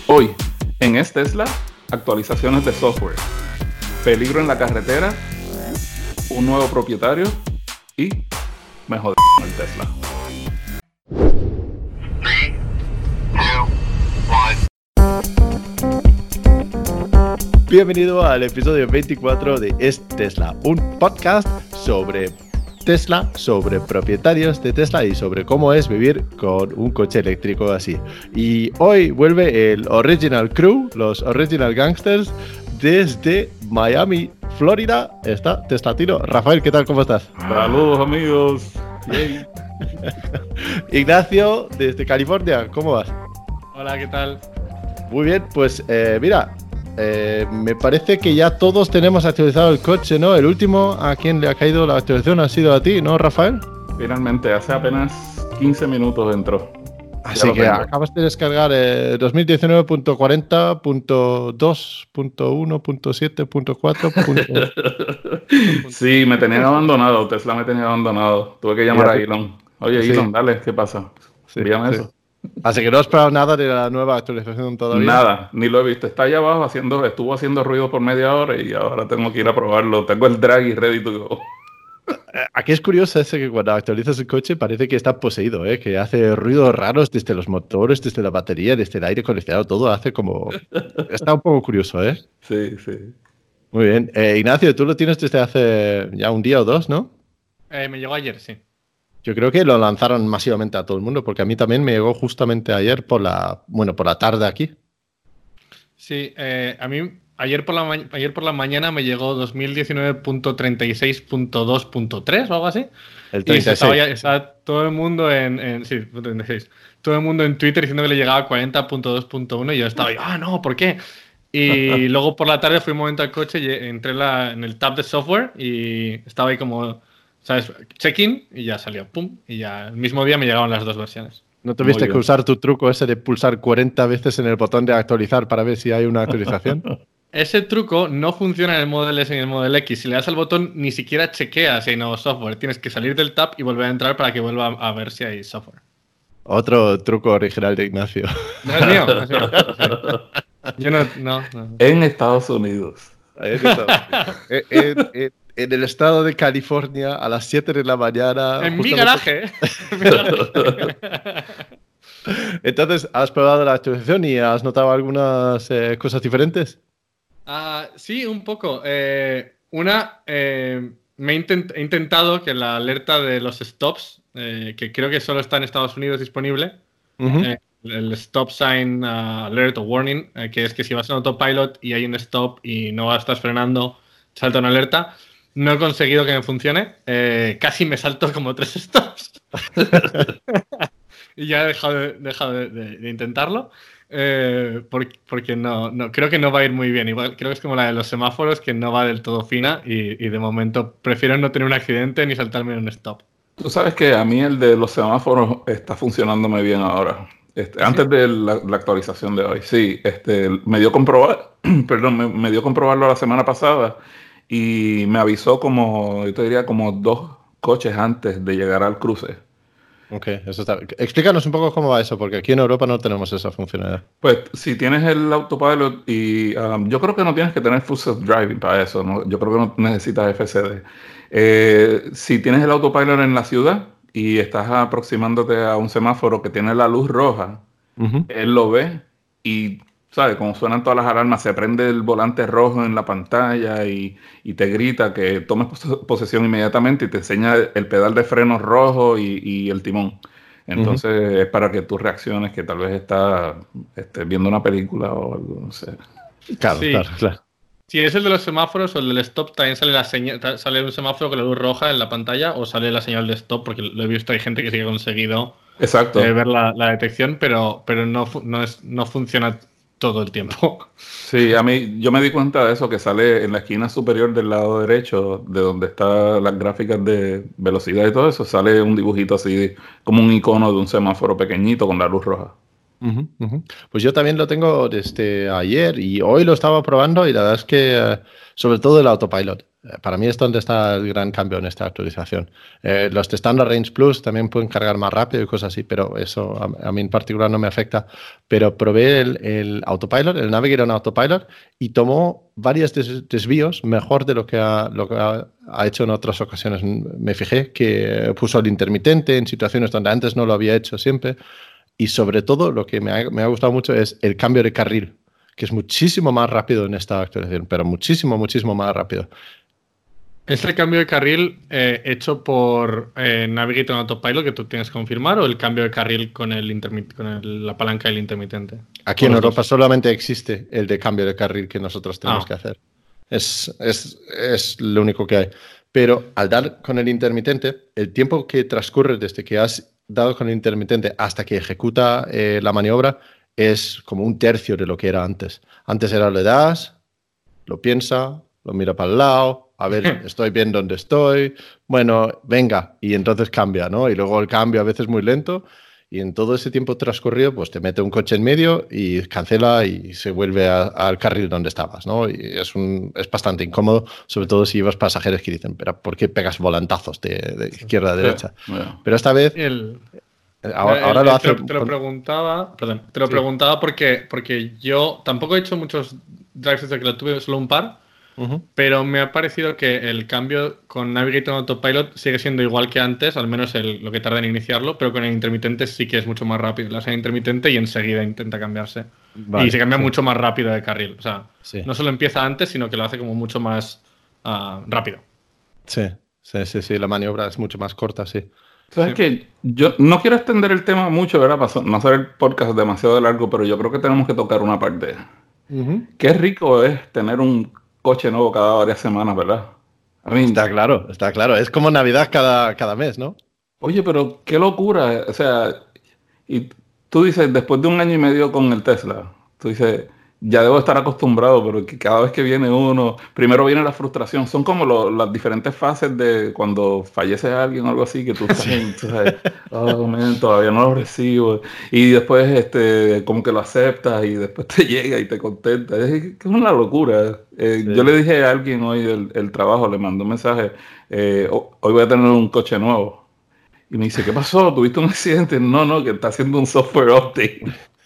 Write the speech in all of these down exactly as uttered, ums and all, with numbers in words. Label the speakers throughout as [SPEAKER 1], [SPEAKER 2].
[SPEAKER 1] Hoy, en Es Tesla, actualizaciones de software, peligro en la carretera, un nuevo propietario y me jodí el Tesla.
[SPEAKER 2] Bienvenido al episodio veinticuatro de Es Tesla, un podcast sobre Tesla, sobre propietarios de Tesla y sobre cómo es vivir con un coche eléctrico así. Y hoy vuelve el Original Crew, los Original Gangsters, desde Miami, Florida. Está Teslatino. Rafael, ¿qué tal? ¿Cómo estás?
[SPEAKER 1] Saludos, amigos. Yay.
[SPEAKER 2] Ignacio, desde California. ¿Cómo vas?
[SPEAKER 3] Hola, ¿qué tal?
[SPEAKER 2] Muy bien, pues eh, mira, eh, me parece que ya todos tenemos actualizado el coche, ¿no? El último a quien le ha caído la actualización ha sido a ti, ¿no, Rafael?
[SPEAKER 1] Finalmente, hace apenas quince minutos entró.
[SPEAKER 2] Así que tengo. Acabas de descargar eh, dos mil diecinueve punto cuarenta punto dos punto uno punto siete punto cuatro.
[SPEAKER 1] Sí, me tenían abandonado, Tesla me tenía abandonado. Tuve que llamar a Elon. Oye,
[SPEAKER 2] sí.
[SPEAKER 1] Elon, dale, ¿qué pasa?
[SPEAKER 2] Sí,
[SPEAKER 1] Envíame
[SPEAKER 2] sí.
[SPEAKER 1] eso.
[SPEAKER 2] Así que no has esperado nada de la nueva actualización todavía.
[SPEAKER 1] Nada, ni lo he visto. Está allá abajo, haciendo, estuvo haciendo ruido por media hora y ahora tengo que ir a probarlo. Tengo el drag y ready to go.
[SPEAKER 2] Aquí es curioso ese que cuando actualizas el coche parece que está poseído, ¿eh? Que hace ruidos raros desde los motores, desde la batería, desde el aire acondicionado, todo hace como... Está un poco curioso, ¿eh?
[SPEAKER 1] Sí, sí.
[SPEAKER 2] Muy bien. Eh, Ignacio, tú lo tienes desde hace ya un día o dos, ¿no?
[SPEAKER 3] Eh, me llegó ayer, sí.
[SPEAKER 2] Yo creo que lo lanzaron masivamente a todo el mundo, porque a mí también me llegó justamente ayer por la, bueno, por la tarde aquí.
[SPEAKER 3] Sí, eh, a mí ayer por, la ayer por la mañana me llegó dos mil diecinueve punto treinta y seis punto dos punto tres o algo así.
[SPEAKER 2] El treinta y seis.
[SPEAKER 3] Y estaba, ya, estaba todo el mundo en, en sí, treinta y seis. Todo el mundo en Twitter diciendo que le llegaba cuarenta punto dos punto uno y yo estaba, ah, no, ¿por qué? Y luego por la tarde fui un momento al coche y entré la, en el tab de software y estaba ahí como, ¿sabes? Check-in y ya salió, pum, y ya el mismo día me llegaban las dos versiones.
[SPEAKER 2] ¿No tuviste que usar tu truco ese de pulsar cuarenta veces en el botón de actualizar para ver si hay una actualización?
[SPEAKER 3] Ese truco no funciona en el Model S y en el Model X. Si le das al botón, ni siquiera chequeas si hay nuevo software. Tienes que salir del tab y volver a entrar para que vuelva a ver si hay software.
[SPEAKER 2] Otro truco original de Ignacio.
[SPEAKER 3] No es mío, no es mío. Yo no, no, no.
[SPEAKER 1] En Estados Unidos.
[SPEAKER 2] En, Estados Unidos. en, en, en el estado de California, a las siete de la mañana.
[SPEAKER 3] En mi garaje. En mi garaje.
[SPEAKER 2] Entonces, ¿has probado la actualización y has notado algunas eh, cosas diferentes?
[SPEAKER 3] Uh, sí, un poco. Eh, una, eh, me he, intent he intentado que la alerta de los stops, eh, que creo que solo está en Estados Unidos disponible, uh-huh. eh, el stop sign uh, alert o warning, eh, que es que si vas en autopilot y hay un stop y no estás frenando, salta una alerta. No he conseguido que me funcione. Eh, casi me salto como tres stops. Y ya he dejado de, dejado de, de, de intentarlo. Eh, porque porque no, no, creo que no va a ir muy bien. Igual creo que es como la de los semáforos, que no va del todo fina y, y de momento prefiero no tener un accidente ni saltarme en un stop.
[SPEAKER 1] Tú sabes que a mí el de los semáforos está funcionándome bien ahora. Este, ¿Sí? Antes de la, la actualización de hoy. Sí, este, me dio comprobar, perdón, me, me dio comprobarlo la semana pasada y me avisó como, yo te diría, como dos coches antes de llegar al cruce.
[SPEAKER 2] Ok, eso está. Explícanos un poco cómo va eso, porque aquí en Europa no tenemos esa funcionalidad.
[SPEAKER 1] Pues si tienes el autopilot y um, yo creo que no tienes que tener full self-driving para eso, ¿no? Yo creo que no necesitas F C D. Eh, si tienes el autopilot en la ciudad y estás aproximándote a un semáforo que tiene la luz roja, uh-huh. Él lo ve y, ¿sabes? Como suenan todas las alarmas, se prende el volante rojo en la pantalla y, y te grita que tomes posesión inmediatamente y te enseña el pedal de freno rojo y, y el timón. Entonces uh-huh. es para que tú reacciones que tal vez estás este, viendo una película o algo, no sé.
[SPEAKER 2] Claro,
[SPEAKER 3] sí.
[SPEAKER 2] claro, claro.
[SPEAKER 3] Si es el de los semáforos o el del stop, también sale, la señal, sale un semáforo con la luz roja en la pantalla o sale la señal de stop, porque lo he visto, hay gente que sí que ha conseguido
[SPEAKER 1] Exacto.
[SPEAKER 3] Eh, ver la, la detección, pero, pero no, no, es, no funciona todo el tiempo.
[SPEAKER 1] Sí, a mí yo me di cuenta de eso, que sale en la esquina superior del lado derecho, de donde están las gráficas de velocidad y todo eso, sale un dibujito así, como un icono de un semáforo pequeñito con la luz roja.
[SPEAKER 2] Uh-huh, uh-huh. Pues yo también lo tengo desde ayer y hoy lo estaba probando y la verdad es que, uh, sobre todo el autopilot, Para mí es donde está el gran cambio en esta actualización. Eh, los de Standard Range Plus también pueden cargar más rápido y cosas así, pero eso a, a mí en particular no me afecta. Pero probé el, el Autopilot, el Navigator en Autopilot, y tomó varios des desvíos mejor de lo que, ha, lo que ha, ha hecho en otras ocasiones. Me fijé que puso el intermitente en situaciones donde antes no lo había hecho siempre. Y sobre todo lo que me ha, me ha gustado mucho es el cambio de carril, que es muchísimo más rápido en esta actualización, pero muchísimo, muchísimo más rápido.
[SPEAKER 3] ¿Es el cambio de carril eh, hecho por eh, Navigator en Autopilot que tú tienes que confirmar o el cambio de carril con, el con el, la palanca del intermitente?
[SPEAKER 2] Aquí en Europa dos? solamente existe el de cambio de carril que nosotros tenemos ah. que hacer. Es, es, es lo único que hay. Pero al dar con el intermitente, el tiempo que transcurre desde que has dado con el intermitente hasta que ejecuta eh, la maniobra es como un tercio de lo que era antes. Antes era le das, lo piensa, lo mira para el lado, a ver, estoy bien donde estoy, bueno, venga, y entonces cambia, ¿no? Y luego el cambio a veces muy lento, y en todo ese tiempo transcurrido, pues te mete un coche en medio y cancela y se vuelve a, al carril donde estabas, ¿no? Y es, un, es bastante incómodo, sobre todo si llevas pasajeros que dicen, pero ¿por qué pegas volantazos de, de izquierda a derecha? Sí, bueno. Pero esta vez... El...
[SPEAKER 3] Ahora, ahora el, lo hace... Te, te lo preguntaba, perdón, te lo sí. preguntaba porque, porque yo tampoco he hecho muchos drives desde que lo tuve, solo un par. Uh-huh. Pero me ha parecido que el cambio con Navigator en Autopilot sigue siendo igual que antes, al menos el, lo que tarda en iniciarlo, pero con el intermitente sí que es mucho más rápido. Le das el intermitente y enseguida intenta cambiarse. Vale, y se cambia sí. mucho más rápido de carril. O sea, sí. no solo empieza antes, sino que lo hace como mucho más uh, rápido.
[SPEAKER 2] Sí, sí, sí, sí, la maniobra es mucho más corta, sí.
[SPEAKER 1] ¿Sabes sí. qué? Yo no quiero extender el tema mucho, ¿verdad? Para no hacer el podcast demasiado largo, pero yo creo que tenemos que tocar una parte. Uh-huh. Qué rico es tener un coche nuevo cada varias semanas, ¿verdad?
[SPEAKER 2] I mean, está claro, está claro. Es como Navidad cada, cada mes, ¿no?
[SPEAKER 1] Oye, pero qué locura. O sea, y tú dices, después de un año y medio con el Tesla, tú dices, ya debo estar acostumbrado, pero que cada vez que viene uno, primero viene la frustración. Son como lo, las diferentes fases de cuando fallece alguien o algo así, que tú estás en, tú sabes, oh, man, todavía no lo recibo. Y después este, como que lo aceptas y después te llega y te contenta. Es, es una locura. Eh, sí. Yo le dije a alguien hoy del el trabajo, le mandé un mensaje, eh, hoy voy a tener un coche nuevo. Y me dice, ¿qué pasó? ¿Tuviste un accidente? No, no, que está haciendo un software update.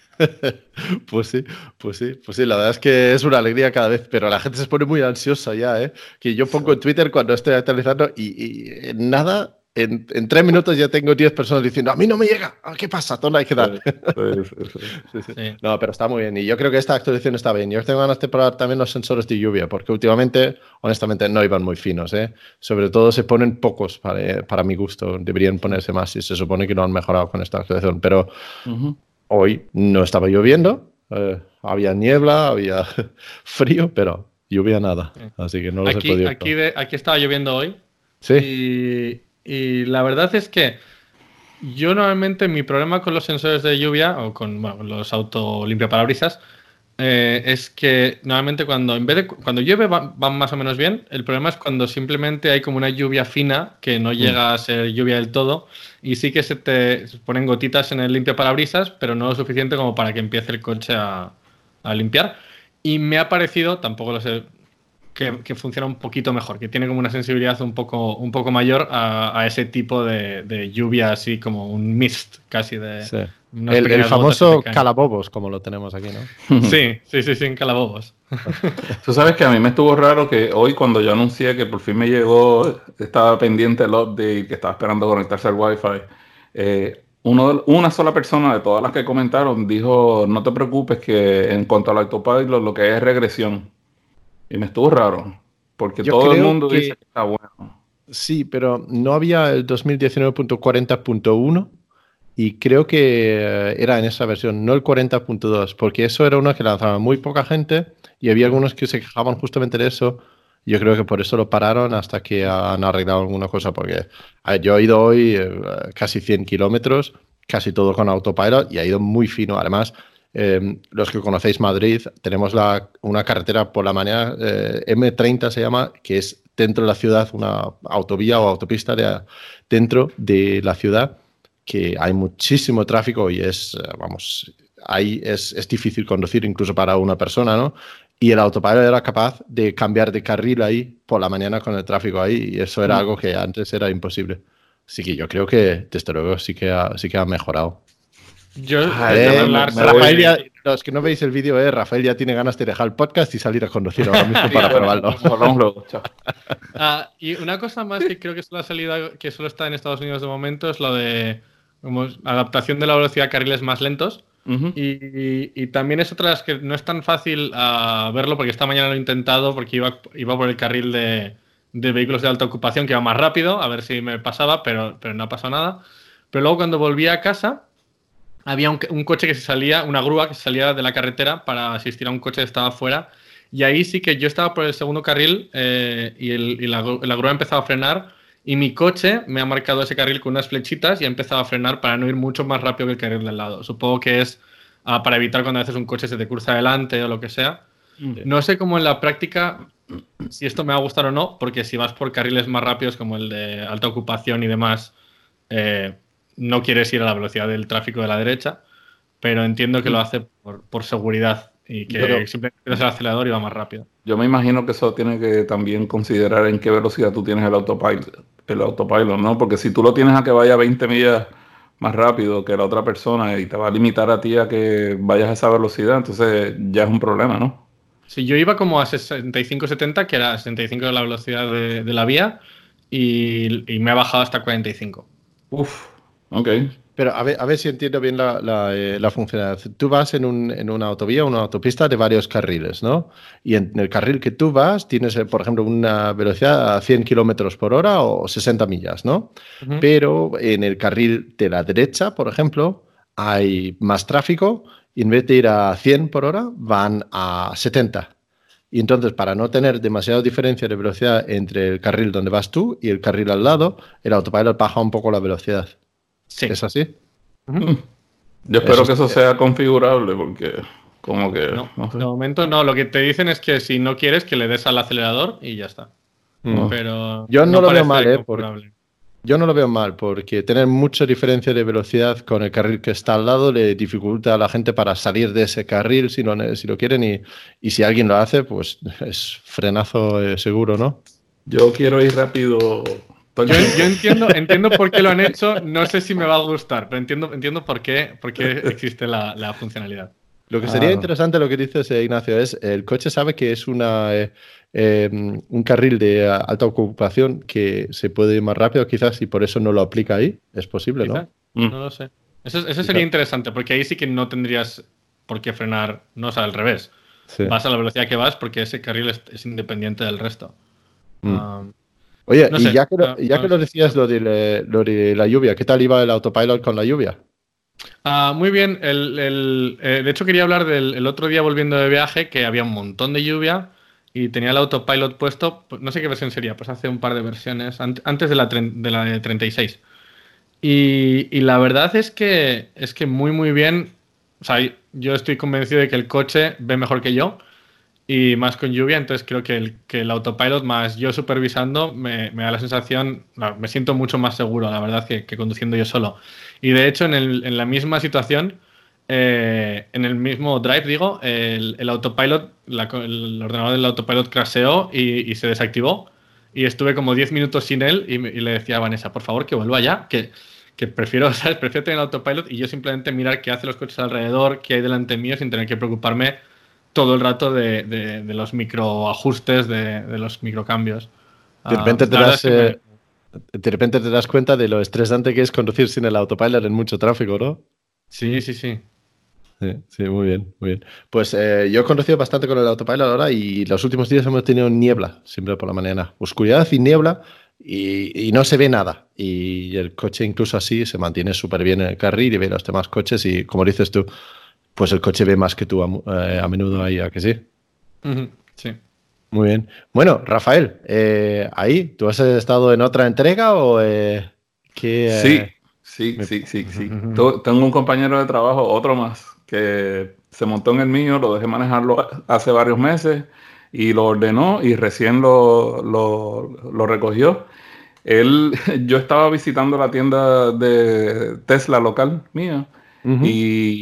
[SPEAKER 2] Pues sí, pues sí, pues sí, la verdad es que es una alegría cada vez, pero la gente se pone muy ansiosa ya, ¿eh? Que yo pongo en Twitter cuando estoy actualizando y, y en nada, en, en tres minutos ya tengo diez personas diciendo, a mí no me llega, ¿qué pasa? ¿Dónde hay que dar? Sí, sí, sí. Sí, sí. Sí. No, pero está muy bien y yo creo que esta actualización está bien. Yo tengo ganas de probar también los sensores de lluvia, porque últimamente, honestamente, no iban muy finos, ¿eh? Sobre todo se ponen pocos para, para mi gusto, deberían ponerse más y se supone que lo han mejorado con esta actualización, pero... Uh-huh. Hoy no estaba lloviendo, eh, había niebla, había frío, pero lluvia nada, así que no los
[SPEAKER 3] aquí,
[SPEAKER 2] he podido.
[SPEAKER 3] Aquí, de, aquí estaba lloviendo hoy.
[SPEAKER 2] Sí.
[SPEAKER 3] Y, y la verdad es que yo normalmente mi problema con los sensores de lluvia o con bueno, los auto limpiaparabrisas eh, es que normalmente cuando en vez de cuando llueve van, van más o menos bien. El problema es cuando simplemente hay como una lluvia fina que no llega mm. a ser lluvia del todo y sí que se te se ponen gotitas en el limpiaparabrisas, pero no lo suficiente como para que empiece el coche a, a limpiar. Y me ha parecido, tampoco lo sé, que, que funciona un poquito mejor, que tiene como una sensibilidad un poco, un poco mayor a, a ese tipo de, de lluvia, así como un mist casi de...
[SPEAKER 2] Sí. El, el famoso calabobos, como lo tenemos aquí, ¿no?
[SPEAKER 3] Sí, sí, sí, sí, en calabobos.
[SPEAKER 1] Tú sabes que a mí me estuvo raro que hoy cuando yo anuncié que por fin me llegó, estaba pendiente el update, que estaba esperando conectarse al Wi-Fi, eh, uno, una sola persona de todas las que comentaron dijo, no te preocupes que en cuanto al autopilot lo que es regresión. Y me estuvo raro, porque yo todo el mundo que... dice que está bueno.
[SPEAKER 2] Sí, pero no había el dos mil diecinueve punto cuarenta punto uno. Y creo que era en esa versión, no el cuarenta punto dos, porque eso era uno que lanzaba muy poca gente y había algunos que se quejaban justamente de eso. Yo creo que por eso lo pararon hasta que han arreglado alguna cosa, porque ver, yo he ido hoy eh, casi cien kilómetros, casi todo con autopilot y ha ido muy fino. Además, eh, los que conocéis Madrid, tenemos la, una carretera por la mañana, eh, eme treinta se llama, que es dentro de la ciudad, una autovía o autopista de, dentro de la ciudad, que hay muchísimo tráfico y es, vamos, ahí es, es difícil conducir incluso para una persona, ¿no? y el autopilot era capaz de cambiar de carril ahí por la mañana con el tráfico ahí, y eso era mm. algo que antes era imposible. Así que yo creo que, desde luego, sí que ha, sí que ha mejorado.
[SPEAKER 3] Yo,
[SPEAKER 2] eh, me, me Rafael ya, los que no veis el vídeo, eh, Rafael ya tiene ganas de dejar el podcast y salir a conducir ahora mismo para probarlo.
[SPEAKER 3] uh, y una cosa más que creo que solo ha salido, que solo está en Estados Unidos de momento, es lo de como, adaptación de la velocidad a carriles más lentos. Uh-huh. y, y, y también es otra de las que no es tan fácil uh, verlo, porque esta mañana lo he intentado porque iba, iba por el carril de, de vehículos de alta ocupación, que iba más rápido, a ver si me pasaba, pero, pero no ha pasado nada. Pero luego cuando volví a casa había un, un coche que se salía, una grúa que se salía de la carretera para asistir a un coche que estaba afuera, y ahí sí que yo estaba por el segundo carril eh, y, el, y la, la grúa empezaba a frenar, y mi coche me ha marcado ese carril con unas flechitas y ha empezado a frenar para no ir mucho más rápido que el carril del lado. Supongo que es uh, para evitar cuando a veces un coche se te cruza adelante o lo que sea. Okay. No sé cómo en la práctica si esto me va a gustar o no, porque si vas por carriles más rápidos como el de alta ocupación y demás, eh, no quieres ir a la velocidad del tráfico de la derecha, pero entiendo que lo hace por, por seguridad y que pero, simplemente es el acelerador y va más rápido.
[SPEAKER 1] Yo me imagino que eso tiene que también considerar en qué velocidad tú tienes el autopilot, el autopilot, ¿no? Porque si tú lo tienes a que vaya veinte millas más rápido que la otra persona y te va a limitar a ti a que vayas a esa velocidad, entonces ya es un problema, ¿no?
[SPEAKER 3] Sí, yo iba como a sesenta y cinco setenta, que era sesenta y cinco de la velocidad de, de la vía, y, y me ha bajado hasta cuarenta y cinco.
[SPEAKER 1] Uf, ok.
[SPEAKER 2] Pero a ver, a ver si entiendo bien la, la, eh, la funcionalidad. Tú vas en, un, en una autovía, una autopista de varios carriles, ¿no? Y en el carril que tú vas tienes, por ejemplo, una velocidad a cien kilómetros por hora o sesenta millas, ¿no? Uh-huh. Pero en el carril de la derecha, por ejemplo, hay más tráfico y en vez de ir a cien por hora, van a setenta. Y entonces, para no tener demasiada diferencia de velocidad entre el carril donde vas tú y el carril al lado, el autopilot baja un poco la velocidad.
[SPEAKER 3] Sí.
[SPEAKER 2] ¿Es así?
[SPEAKER 1] Uh-huh. Yo espero eso que eso es... sea configurable porque como que...
[SPEAKER 3] No,
[SPEAKER 1] no sé.
[SPEAKER 3] De momento no. Lo que te dicen es que si no quieres que le des al acelerador y ya está.
[SPEAKER 2] Mm.
[SPEAKER 3] Pero
[SPEAKER 2] yo no, no lo veo mal, ¿eh? Porque... Yo no lo veo mal porque tener mucha diferencia de velocidad con el carril que está al lado le dificulta a la gente para salir de ese carril si lo, si lo quieren y, y si alguien lo hace, pues es frenazo eh, seguro, ¿no?
[SPEAKER 1] Yo quiero ir rápido...
[SPEAKER 3] Yo, yo entiendo, entiendo por qué lo han hecho, no sé si me va a gustar, pero entiendo, entiendo por qué, por qué existe la, la funcionalidad.
[SPEAKER 2] Lo que sería ah. interesante lo que dices, eh, Ignacio, es el coche sabe que es una, eh, eh, un carril de alta ocupación que se puede ir más rápido quizás y por eso no lo aplica ahí. Es posible,
[SPEAKER 3] ¿Quizá?
[SPEAKER 2] ¿no?
[SPEAKER 3] No lo sé. Eso, eso sería interesante porque ahí sí que no tendrías por qué frenar, no o sea, al revés. Sí. Vas a la velocidad que vas porque ese carril es, es independiente del resto.
[SPEAKER 2] Mm. Um, Oye, no y sé, ya, que lo, ya no, que lo decías lo de, lo de la lluvia, ¿qué tal iba el autopilot con la lluvia?
[SPEAKER 3] Uh, muy bien. El, el, eh, de hecho, quería hablar del el otro día volviendo de viaje, que había un montón de lluvia y tenía el autopilot puesto, pues, no sé qué versión sería, pues hace un par de versiones, an antes de la, de la de treinta y seis. Y, y la verdad es que, es que muy, muy bien. O sea, yo estoy convencido de que el coche ve mejor que yo. Y más con lluvia, entonces creo que el, que el autopilot más yo supervisando me, me da la sensación, me siento mucho más seguro, la verdad, que, que conduciendo yo solo. Y de hecho, en, el, en la misma situación, eh, en el mismo drive, digo, el, el autopilot, la, el ordenador del autopilot crasheó y, y se desactivó. Y estuve como diez minutos sin él y, me, y le decía a Vanessa, por favor, que vuelva ya, que, que prefiero, ¿sabes? Prefiero tener el autopilot y yo simplemente mirar qué hacen los coches alrededor, qué hay delante mío, sin tener que preocuparme todo el rato de, de, de los microajustes, de, de los microcambios.
[SPEAKER 2] De repente, uh, te das, eh, me... de repente te das cuenta de lo estresante que es conducir sin el autopilot en mucho tráfico, ¿no?
[SPEAKER 3] Sí, sí, sí.
[SPEAKER 2] Sí, sí, muy bien, muy bien. Pues eh, yo he conducido bastante con el autopilot ahora y los últimos días hemos tenido niebla, siempre por la mañana. Oscuridad y niebla y, y no se ve nada. Y el coche incluso así se mantiene súper bien en el carril y ve los demás coches y como dices tú, pues el coche ve más que tú a, eh, a menudo ahí, ¿a que sí?
[SPEAKER 3] Uh-huh, sí.
[SPEAKER 2] Muy bien. Bueno, Rafael, eh, ahí, ¿tú has estado en otra entrega o eh, qué?
[SPEAKER 1] Eh, sí, sí, me... sí, sí, sí. Uh-huh. Tengo un compañero de trabajo, otro más, que se montó en el mío, lo dejé manejarlo hace varios meses y lo ordenó y recién lo, lo, lo recogió. Él, yo estaba visitando la tienda de Tesla local mía uh-huh. y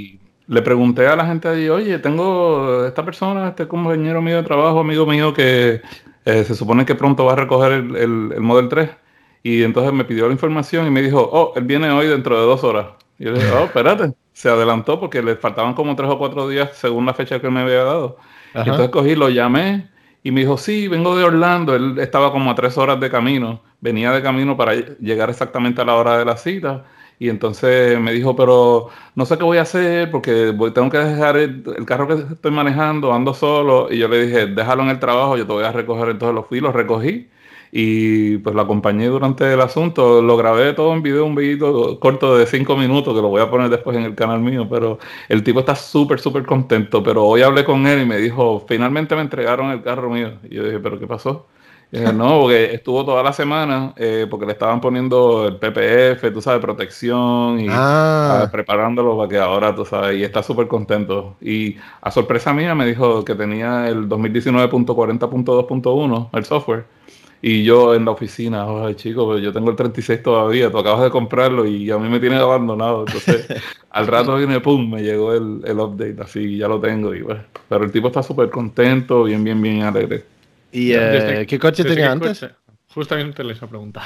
[SPEAKER 1] le pregunté a la gente allí, oye, tengo esta persona, este compañero mío de trabajo, amigo mío, que eh, se supone que pronto va a recoger el, el, el Model tres. Y entonces me pidió la información y me dijo, oh, él viene hoy dentro de dos horas. Y yo le dije, oh, espérate. Se adelantó porque le faltaban como tres o cuatro días según la fecha que él me había dado. Y
[SPEAKER 2] Ajá.
[SPEAKER 1] entonces cogí, lo llamé y me dijo, sí, vengo de Orlando. Él estaba como a tres horas de camino. Venía de camino para llegar exactamente a la hora de la cita. Y entonces me dijo, pero no sé qué voy a hacer porque voy- tengo que dejar el, el carro que estoy manejando, ando solo. Y yo le dije, déjalo en el trabajo, yo te voy a recoger. Entonces lo fui, lo recogí y pues lo acompañé durante el asunto. Lo grabé todo en video, un videito corto de cinco minutos que lo voy a poner después en el canal mío. Pero el tipo está súper, súper contento. Pero hoy hablé con él y me dijo, finalmente me entregaron el carro mío. Y yo dije, ¿pero qué pasó? Eh, no, porque estuvo toda la semana, eh, porque le estaban poniendo el P P F, tú sabes, protección y ah,
[SPEAKER 2] Ah,
[SPEAKER 1] preparándolo para que ahora, tú sabes, y está súper contento. Y a sorpresa mía me dijo que tenía el dos mil diecinueve punto cuarenta punto dos punto uno, el software, y yo en la oficina, ay chico, pero yo tengo el treinta y seis todavía, tú acabas de comprarlo y a mí me tiene abandonado. Entonces, al rato viene, pum, me llegó el, el update, así ya lo tengo. Y bueno, pero el tipo está súper contento, bien, bien, bien alegre.
[SPEAKER 2] ¿y
[SPEAKER 1] Ya.
[SPEAKER 2] eh,
[SPEAKER 3] ¿Desde,
[SPEAKER 2] qué coche
[SPEAKER 3] desde
[SPEAKER 2] tenía
[SPEAKER 3] qué
[SPEAKER 2] antes?
[SPEAKER 3] coche? Justamente les iba a preguntar.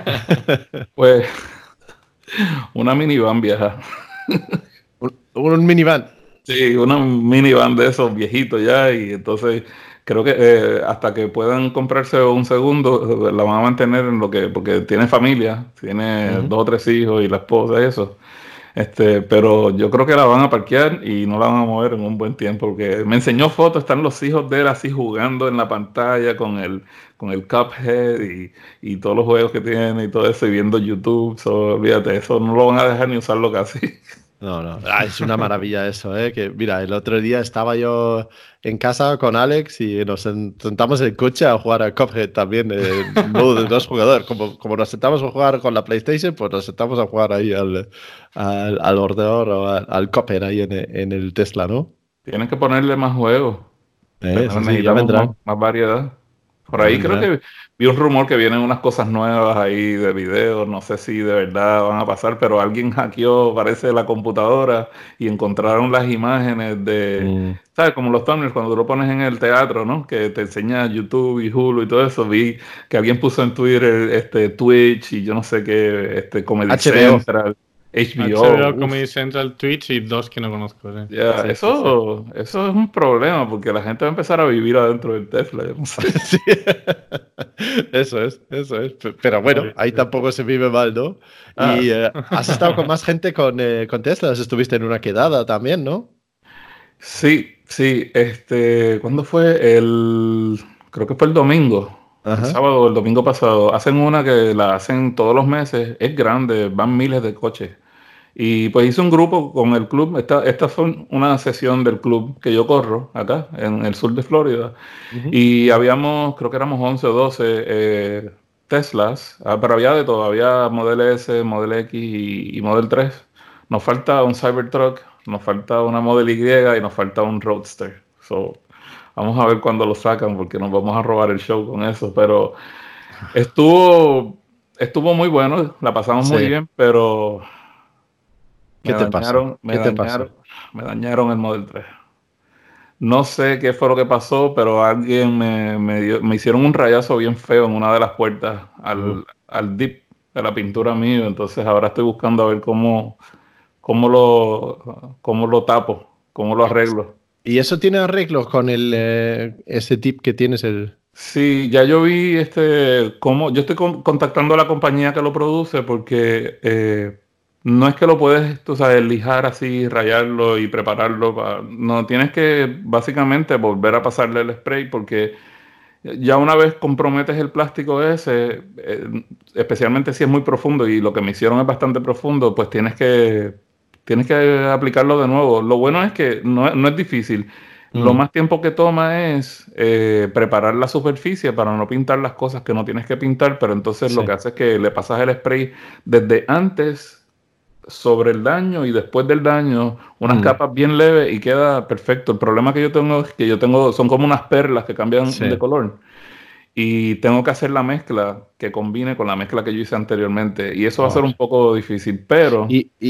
[SPEAKER 1] Pues una minivan vieja.
[SPEAKER 2] Un, un minivan.
[SPEAKER 1] Sí, una minivan de esos viejitos ya. Y entonces creo que eh, hasta que puedan comprarse un segundo, eh, la van a mantener en lo que, porque tiene familia, tiene
[SPEAKER 2] Ujú.
[SPEAKER 1] dos o tres hijos y la esposa y eso. Este, pero yo creo que la van a parquear y no la van a mover en un buen tiempo, porque me enseñó fotos, están los hijos de él así jugando en la pantalla con el, con el Cuphead y, y todos los juegos que tiene y todo eso, y viendo YouTube. So, olvídate, eso no lo van a dejar ni usarlo casi.
[SPEAKER 2] No, no. Ah, es una maravilla eso, ¿eh? Que mira, el otro día estaba yo en casa con Alex y nos sen- sentamos en el coche a jugar a Cuphead también en modo de dos jugadores. Como, como nos sentamos a jugar con la PlayStation, pues nos sentamos a jugar ahí al, al, al ordenador o al, al Cuphead ahí en, el- en el Tesla, ¿no?
[SPEAKER 1] Tienen que ponerle más juegos.
[SPEAKER 2] Eh,
[SPEAKER 1] Pero
[SPEAKER 2] sí, sí, ya
[SPEAKER 1] necesitamos más,
[SPEAKER 2] vendrán.
[SPEAKER 1] más variedad. Por
[SPEAKER 2] Ya
[SPEAKER 1] ahí creo
[SPEAKER 2] vendrán.
[SPEAKER 1] que vi un rumor que vienen unas cosas nuevas ahí de video. No sé si de verdad van a pasar, pero alguien hackeó, parece, la computadora y encontraron las imágenes de,
[SPEAKER 2] Mm.
[SPEAKER 1] ¿sabes? Como los thumbnails cuando tú lo pones en el teatro, ¿no? Que te enseña YouTube y Hulu y todo eso. Vi que alguien puso en Twitter este Twitch y yo no sé qué, este Comedy
[SPEAKER 2] H B O.
[SPEAKER 1] Central, H B O.
[SPEAKER 3] H B O,
[SPEAKER 1] Uf.
[SPEAKER 3] Comedy Central, Twitch y dos que no conozco. Sí.
[SPEAKER 1] Ya,
[SPEAKER 2] Sí, sí, sí.
[SPEAKER 1] eso, eso es un problema porque la gente va a empezar a vivir adentro del Tesla. Yo no sé.
[SPEAKER 2] Sí. Eso es, eso es. P- Pero bueno,
[SPEAKER 1] Ay,
[SPEAKER 2] ahí
[SPEAKER 1] Dios.
[SPEAKER 2] tampoco se vive mal, ¿no?
[SPEAKER 1] Ah,
[SPEAKER 2] Y
[SPEAKER 1] sí.
[SPEAKER 2] eh, has estado con más gente con, eh, con Teslas, estuviste en una quedada también, ¿no?
[SPEAKER 1] Sí, sí, este, ¿cuándo fue? El, creo que fue el domingo, el
[SPEAKER 2] Ajá.
[SPEAKER 1] sábado o el domingo pasado. Hacen una que la hacen todos los meses, es grande, van miles de coches. Y pues hice un grupo con el club. Esta, esta fue una sesión del club que yo corro acá, en el sur de Florida.
[SPEAKER 2] Ujú.
[SPEAKER 1] Y habíamos, creo que éramos once o doce eh, Teslas, ah, pero había de todo, había Model S, Model X y, y Model tres. Nos falta un Cybertruck, nos falta una Model Y y nos falta un Roadster. So, vamos a ver cuándo lo sacan porque nos vamos a robar el show con eso. Pero estuvo, estuvo muy bueno, la pasamos muy
[SPEAKER 2] Sí.
[SPEAKER 1] bien, pero me
[SPEAKER 2] ¿Qué te pasó?
[SPEAKER 1] dañaron, me
[SPEAKER 2] ¿Qué te pasó?
[SPEAKER 1] dañaron, me dañaron el Model tres. No sé qué fue lo que pasó, pero alguien me, me, dio- me hicieron un rayazo bien feo en una de las puertas
[SPEAKER 2] Uh.
[SPEAKER 1] al, al dip de la pintura mío. Entonces ahora estoy buscando a ver cómo, cómo lo, cómo lo tapo, cómo lo arreglo.
[SPEAKER 2] ¿Y eso tiene arreglo con el eh, ese tip que tienes el?
[SPEAKER 1] Sí, ya yo vi este, cómo, yo estoy con- contactando a la compañía que lo produce porque eh, no es que lo puedes, tú sabes, lijar así, rayarlo y prepararlo. pa- no, tienes que básicamente volver a pasarle el spray porque ya una vez comprometes el plástico ese, eh, especialmente si es muy profundo y lo que me hicieron es bastante profundo, pues tienes que, tienes que aplicarlo de nuevo. Lo bueno es que no, no es difícil. Lo
[SPEAKER 2] Mm.
[SPEAKER 1] más tiempo que toma es eh, preparar la superficie para no pintar las cosas que no tienes que pintar, pero entonces lo
[SPEAKER 2] Sí.
[SPEAKER 1] que hace es que le pasas el spray desde antes sobre el daño y después del daño, unas
[SPEAKER 2] Mm.
[SPEAKER 1] capas bien leves y queda perfecto. El problema que yo tengo es que yo tengo, son como unas perlas que cambian de
[SPEAKER 2] Sí.
[SPEAKER 1] color y tengo que hacer la mezcla que combine con la mezcla que yo hice anteriormente y eso va a ser un
[SPEAKER 2] Joder.
[SPEAKER 1] poco difícil, pero
[SPEAKER 2] Y, y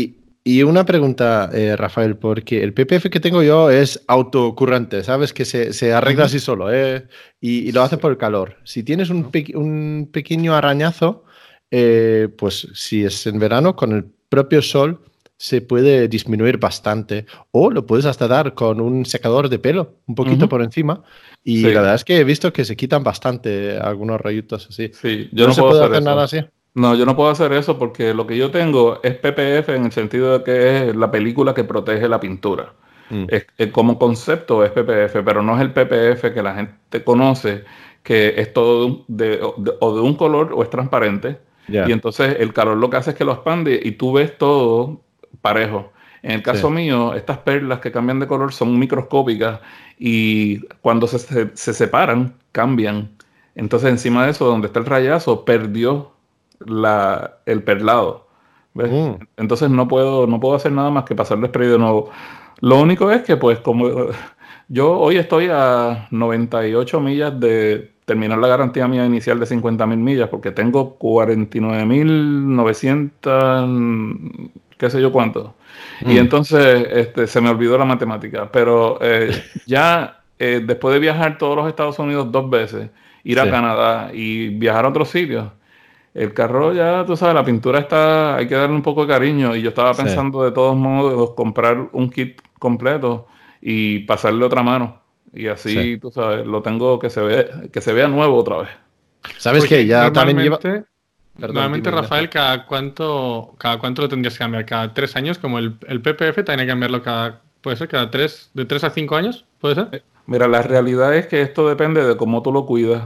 [SPEAKER 2] Y una pregunta, eh, Rafael, porque el P P F que tengo yo es autocurrante, ¿sabes? Que se, se arregla uh-huh. así solo, ¿eh? Y, y lo hace por el calor. Si tienes un, pe- un pequeño arañazo, eh, pues si es en verano, con el propio sol se puede disminuir bastante. O lo puedes hasta dar con un secador de pelo, un poquito uh-huh. por encima. Y sí. la verdad es que he visto que se quitan bastante algunos rayitos así.
[SPEAKER 1] Sí, yo
[SPEAKER 2] ¿No,
[SPEAKER 1] no
[SPEAKER 2] se
[SPEAKER 1] puedo
[SPEAKER 2] puede
[SPEAKER 1] hacer,
[SPEAKER 2] hacer
[SPEAKER 1] eso.
[SPEAKER 2] nada así?
[SPEAKER 1] No, yo no puedo hacer eso porque lo que yo tengo es P P F en el sentido de que es la película que protege la pintura. Mm. Es, es, como concepto es P P F, pero no es el P P F que la gente conoce, que es todo de, de, o de un color o es transparente. Yeah. Y entonces el calor lo que hace es que lo expande y tú ves todo parejo. En el caso sí. mío, estas perlas que cambian de color son microscópicas y cuando se, se, se separan, cambian. Entonces encima de eso, donde está el rayazo, perdió La, el perlado. ¿Ves? Mm. Entonces no puedo, no puedo hacer nada más que pasarle spray de nuevo. Lo único es que pues como yo hoy estoy a noventa y ocho millas de terminar la garantía mía inicial de cincuenta mil millas porque tengo cuarenta y nueve mil novecientos qué sé yo cuánto. Mm. Y entonces este, se me olvidó la matemática. Pero eh, ya eh, después de viajar todos los Estados Unidos dos veces, ir sí. a Canadá y viajar a otros sitios, el carro ya, tú sabes, la pintura está, hay que darle un poco de cariño y yo estaba pensando sí. de todos modos comprar un kit completo y pasarle otra mano y así, sí. tú sabes, lo tengo que se ve, que se vea nuevo otra vez.
[SPEAKER 2] ¿Sabes qué? Ya también lleva...
[SPEAKER 3] Perdón, normalmente, dime, Rafael, ¿cada cuánto, cada cuánto lo tendrías que cambiar? ¿Cada tres años? Como el, el P P F tiene que cambiarlo cada, puede ser, cada tres, de tres a cinco años, ¿puede ser?
[SPEAKER 1] Mira, la realidad es que esto depende de cómo tú lo cuidas.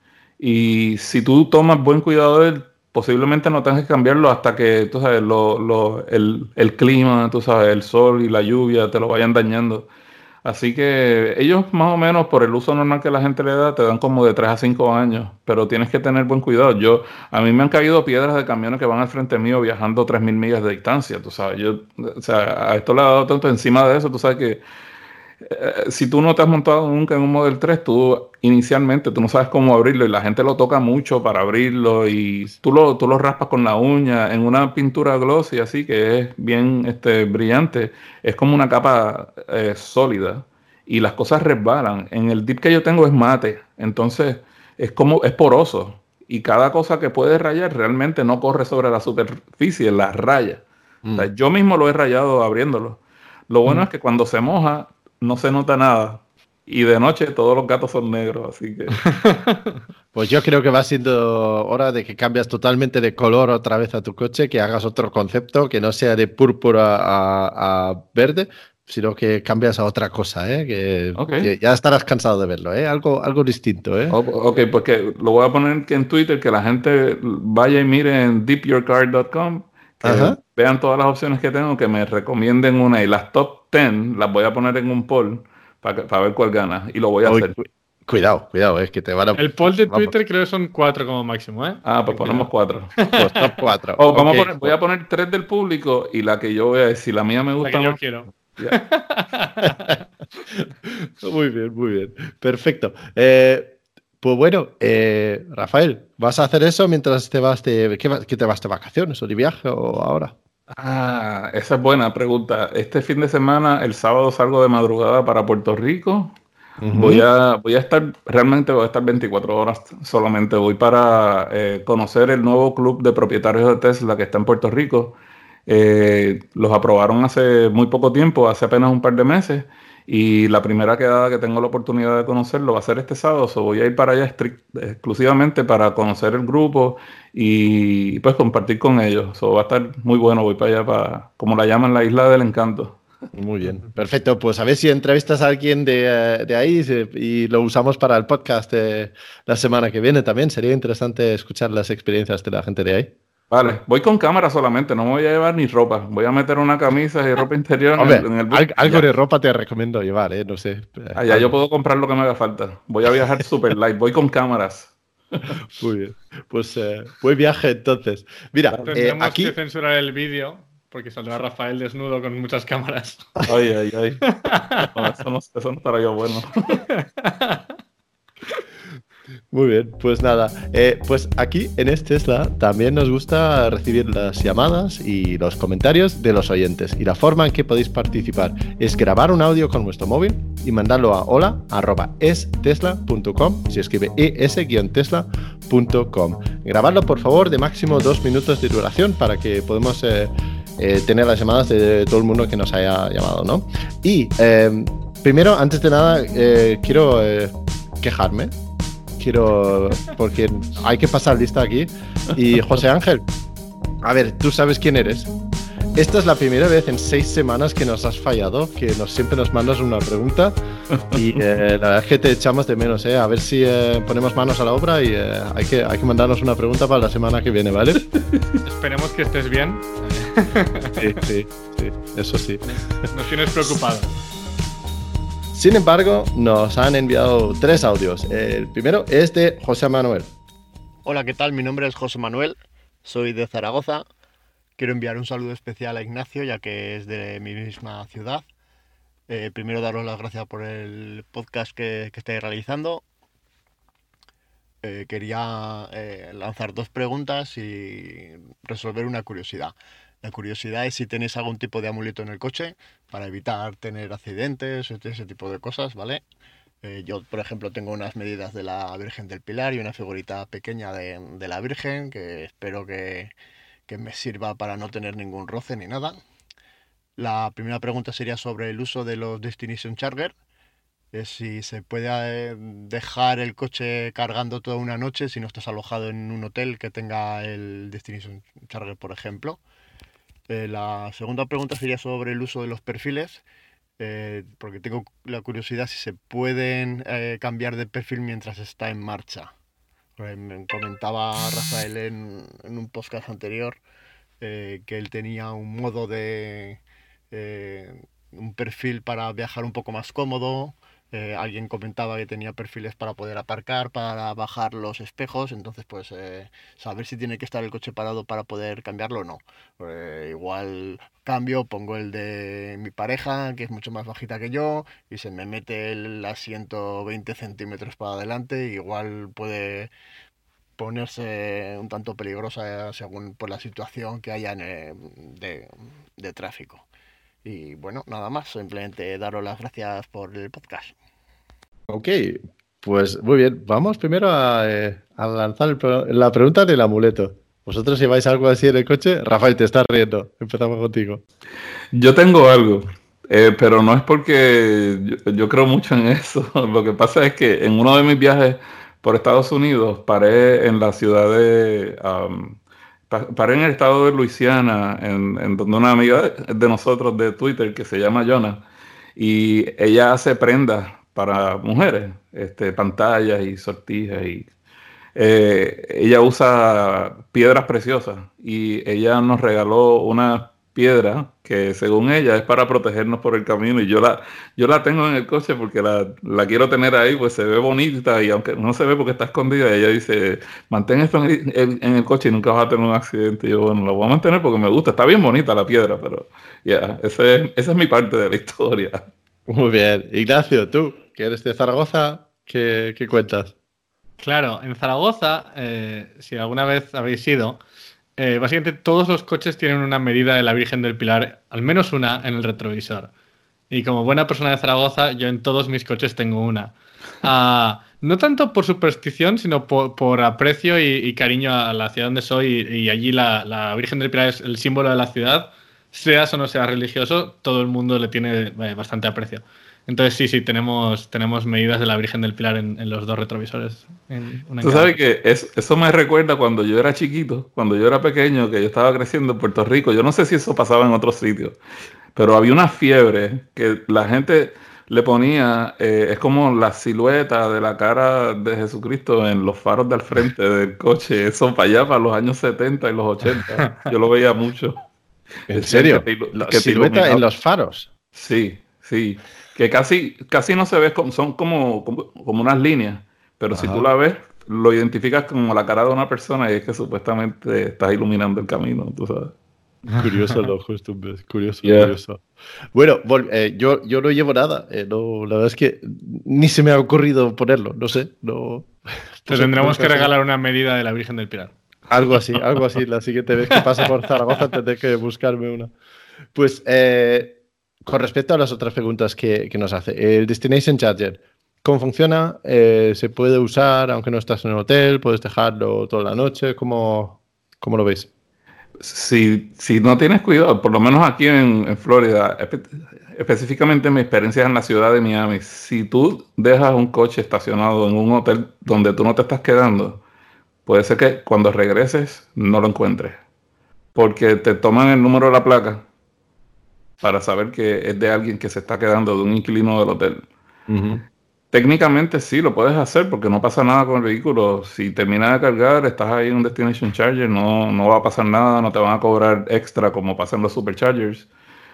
[SPEAKER 1] Y si tú tomas buen cuidado de él, posiblemente no tengas que cambiarlo hasta que, tú sabes, lo, lo, el, el clima, tú sabes, el sol y la lluvia te lo vayan dañando. Así que ellos más o menos por el uso normal que la gente le da te dan como de tres a cinco años, pero tienes que tener buen cuidado. Yo, a mí me han caído piedras de camiones que van al frente mío viajando tres mil millas de distancia, tú sabes. Yo, o sea, a esto le ha dado tanto encima de eso, tú sabes que Eh, si tú no te has montado nunca en un Model tres, tú inicialmente tú no sabes cómo abrirlo y la gente lo toca mucho para abrirlo y tú lo, tú lo raspas con la uña en una pintura glossy así que es bien este, brillante, es como una capa eh, sólida y las cosas resbalan. En el dip que yo tengo es mate, entonces es como es poroso y cada cosa que puede rayar realmente no corre sobre la superficie, la raya. Mm. O sea, yo mismo lo he rayado abriéndolo. Lo bueno mm. es que cuando se moja no se nota nada. Y de noche todos los gatos son negros, así que...
[SPEAKER 2] Pues yo creo que va siendo hora de que cambies totalmente de color otra vez a tu coche, que hagas otro concepto, que no sea de púrpura a, a verde, sino que cambias a otra cosa, ¿eh? Que, okay. que ya estarás cansado de verlo, ¿eh? Algo, algo distinto, ¿eh?
[SPEAKER 1] Ok, porque lo voy a poner en Twitter, que la gente vaya y mire en deep your car dot com, que Ajá. vean todas las opciones que tengo, que me recomienden una y las top diez las voy a poner en un poll para, para ver cuál gana y lo voy a Uy, hacer.
[SPEAKER 2] Cu cuidado, cuidado, es que te van a...
[SPEAKER 3] El poll de Twitter vamos. Creo que son cuatro como máximo, ¿eh?
[SPEAKER 1] Ah, pues ponemos cuatro.
[SPEAKER 2] Pues top cuatro.
[SPEAKER 1] Oh, vamos okay. a poner, voy a poner tres del público y la que yo voy a decir, la mía me gusta
[SPEAKER 3] la que
[SPEAKER 1] más.
[SPEAKER 3] yo quiero.
[SPEAKER 1] Yeah.
[SPEAKER 2] Muy bien, muy bien. Perfecto. Eh, Pues bueno, eh, Rafael, ¿vas a hacer eso mientras te vas de, ¿qué, qué te vas de vacaciones o de viaje o ahora?
[SPEAKER 1] Ah, esa es buena pregunta. Este fin de semana, el sábado salgo de madrugada para Puerto Rico. Uh-huh. Voy a, voy a estar, realmente voy a estar veinticuatro horas solamente. Voy para eh, conocer el nuevo club de propietarios de Tesla que está en Puerto Rico. Eh, los aprobaron hace muy poco tiempo, hace apenas un par de meses. Y la primera quedada que tengo la oportunidad de conocerlo va a ser este sábado. So voy a ir para allá exclusivamente para conocer el grupo y pues compartir con ellos. So va a estar muy bueno. Voy para allá, para, como la llaman, la Isla del Encanto.
[SPEAKER 2] Muy bien, perfecto. Pues a ver si entrevistas a alguien de, de ahí y lo usamos para el podcast de la semana que viene también. Sería interesante escuchar las experiencias de la gente de ahí.
[SPEAKER 1] Vale, voy con cámara solamente, no me voy a llevar ni ropa. Voy a meter una camisa y ropa interior
[SPEAKER 2] Hombre,
[SPEAKER 1] en el, en el
[SPEAKER 2] bus. Algo de ropa te recomiendo llevar, ¿eh? No sé.
[SPEAKER 1] Allá algo. Yo puedo comprar lo que me haga falta. Voy a viajar super light, voy con cámaras.
[SPEAKER 2] Muy bien. Pues eh, buen viaje entonces. Mira,
[SPEAKER 3] tendremos
[SPEAKER 2] eh, aquí...
[SPEAKER 3] que censurar el vídeo porque saldrá Rafael desnudo con muchas cámaras.
[SPEAKER 1] Ay, ay, ay. No, eso, no, eso no estará yo bueno.
[SPEAKER 2] Muy bien, pues nada, eh, pues aquí en este Tesla también nos gusta recibir las llamadas y los comentarios de los oyentes. Y la forma en que podéis participar es grabar un audio con vuestro móvil y mandarlo a hola arroba es tesla punto com, se escribe es tesla punto com. Grabadlo por favor de máximo dos minutos de duración para que podamos eh, eh, tener las llamadas de todo el mundo que nos haya llamado, ¿no? Y eh, primero, antes de nada, eh, quiero eh, quejarme. Quiero, porque hay que pasar lista aquí. Y José Ángel, a ver, tú sabes quién eres. Esta es la primera vez en seis semanas que nos has fallado, que nos, siempre nos mandas una pregunta y eh, la verdad es que te echamos de menos, ¿eh? A ver si eh, ponemos manos a la obra y eh, hay, que, hay que mandarnos una pregunta para la semana que viene, ¿vale?
[SPEAKER 3] Esperemos que estés bien.
[SPEAKER 2] Sí, sí, sí, eso sí.
[SPEAKER 3] Nos tienes preocupado.
[SPEAKER 2] Sin embargo, nos han enviado tres audios. El primero es de José Manuel.
[SPEAKER 4] Hola, ¿qué tal? Mi nombre es José Manuel, soy de Zaragoza. Quiero enviar un saludo especial a Ignacio, ya que es de mi misma ciudad. Eh, primero, daros las gracias por el podcast que, que estáis realizando. Eh, quería eh, lanzar dos preguntas y resolver una curiosidad. La curiosidad es si tenéis algún tipo de amuleto en el coche para evitar tener accidentes, ese tipo de cosas, ¿vale? Eh, yo, por ejemplo, tengo unas medidas de la Virgen del Pilar y una figurita pequeña de, de la Virgen que espero que, que me sirva para no tener ningún roce ni nada. La primera pregunta sería sobre el uso de los Destination Charger. Es si se puede eh, dejar el coche cargando toda una noche si no estás alojado en un hotel que tenga el Destination Charger, por ejemplo. Eh, la segunda pregunta sería sobre el uso de los perfiles, eh, porque tengo la curiosidad si se pueden eh, cambiar de perfil mientras está en marcha. Eh, me comentaba Rafael en, en un podcast anterior eh, que él tenía un modo de eh, un perfil para viajar un poco más cómodo. Eh, alguien comentaba que tenía perfiles para poder aparcar, para bajar los espejos, entonces pues eh, saber si tiene que estar el coche parado para poder cambiarlo o no. Eh, igual cambio, pongo el de mi pareja, que es mucho más bajita que yo, y se me mete el asiento veinte centímetros para adelante, igual puede ponerse un tanto peligrosa según por la situación que haya en, eh, de, de tráfico. Y bueno, nada más, simplemente daros las gracias por el podcast.
[SPEAKER 2] Ok, pues muy bien. Vamos primero a, eh, a lanzar el pro- la pregunta del amuleto. ¿Vosotros lleváis algo así en el coche? Rafael, te estás riendo. Empezamos contigo.
[SPEAKER 1] Yo tengo algo, eh, pero no es porque yo, yo creo mucho en eso. Lo que pasa es que en uno de mis viajes por Estados Unidos paré en la ciudad de... um, pa- paré en el estado de Luisiana, en, en donde una amiga de nosotros de Twitter que se llama Jonah, y ella hace prendas para mujeres, este, pantallas y sortijas y eh, ella usa piedras preciosas y ella nos regaló una piedra que según ella es para protegernos por el camino y yo la, yo la tengo en el coche porque la, la quiero tener ahí, pues se ve bonita y aunque no se ve porque está escondida, ella dice, mantén esto en el, en- en el coche y nunca vas a tener un accidente. Y yo, bueno, la voy a mantener porque me gusta, está bien bonita la piedra, pero ya, ese es- esa es mi parte de la historia.
[SPEAKER 2] Muy bien. Ignacio, tú, que eres de Zaragoza, ¿qué, qué cuentas?
[SPEAKER 3] Claro, en Zaragoza, eh, si alguna vez habéis ido, eh, básicamente todos los coches tienen una medida de la Virgen del Pilar, al menos una, en el retrovisor. Y como buena persona de Zaragoza, yo en todos mis coches tengo una. Ah, no tanto por superstición, sino por, por aprecio y, y cariño a la ciudad donde soy. Y, y allí la, la Virgen del Pilar es el símbolo de la ciudad. Seas o no seas religioso, todo el mundo le tiene eh, bastante aprecio. Entonces sí, sí, tenemos, tenemos medidas de la Virgen del Pilar en, en los dos retrovisores. En, una en
[SPEAKER 1] Tú
[SPEAKER 3] cada
[SPEAKER 1] sabes
[SPEAKER 3] coche.
[SPEAKER 1] que es- eso me recuerda cuando yo era chiquito, cuando yo era pequeño, que yo estaba creciendo en Puerto Rico. Yo no sé si eso pasaba en otros sitios, pero había una fiebre que la gente le ponía, eh, es como la silueta de la cara de Jesucristo en los faros del frente del coche. Eso para allá, para los años setenta y los ochenta. Yo lo veía mucho.
[SPEAKER 2] ¿En
[SPEAKER 1] Decían que
[SPEAKER 2] serio?
[SPEAKER 1] te, ilu-
[SPEAKER 2] La
[SPEAKER 1] que te
[SPEAKER 2] silueta en
[SPEAKER 1] iluminaba.
[SPEAKER 2] los faros.
[SPEAKER 1] Sí, sí. Que casi, casi no se ve, como- son como, como, como unas líneas, pero si tú
[SPEAKER 2] Ajá.
[SPEAKER 1] la ves, lo identificas como la cara de una persona y es que supuestamente estás iluminando el camino, tú sabes.
[SPEAKER 2] Curioso lo justo, ¿ves? Curioso,
[SPEAKER 1] Yeah.
[SPEAKER 2] curioso. Bueno, vol- eh, yo, yo no llevo nada. eh, no, la verdad es que ni se me ha ocurrido ponerlo. No sé. No,
[SPEAKER 3] Te tendremos que regalar una medida de la Virgen del Pilar.
[SPEAKER 2] Algo así, algo así. La siguiente vez que pase por Zaragoza tendré que buscarme una. Pues eh, con respecto a las otras preguntas que, que nos hace, el Destination Charger, ¿cómo funciona? Eh, ¿Se puede usar aunque no estás en el hotel? ¿Puedes dejarlo toda la noche? ¿Cómo, cómo lo veis?
[SPEAKER 1] Si, si no tienes cuidado, por lo menos aquí en, en Florida, espe- específicamente mi experiencia en la ciudad de Miami, si tú dejas un coche estacionado en un hotel donde tú no te estás quedando, puede ser que cuando regreses no lo encuentres, porque te toman el número de la placa para saber que es de alguien que se está quedando, de un inquilino del hotel.
[SPEAKER 2] Uh-huh.
[SPEAKER 1] Técnicamente sí, lo puedes hacer porque no pasa nada con el vehículo. Si terminas de cargar, estás ahí en un Destination Charger, no, no va a pasar nada, no te van a cobrar extra como pasan los Superchargers.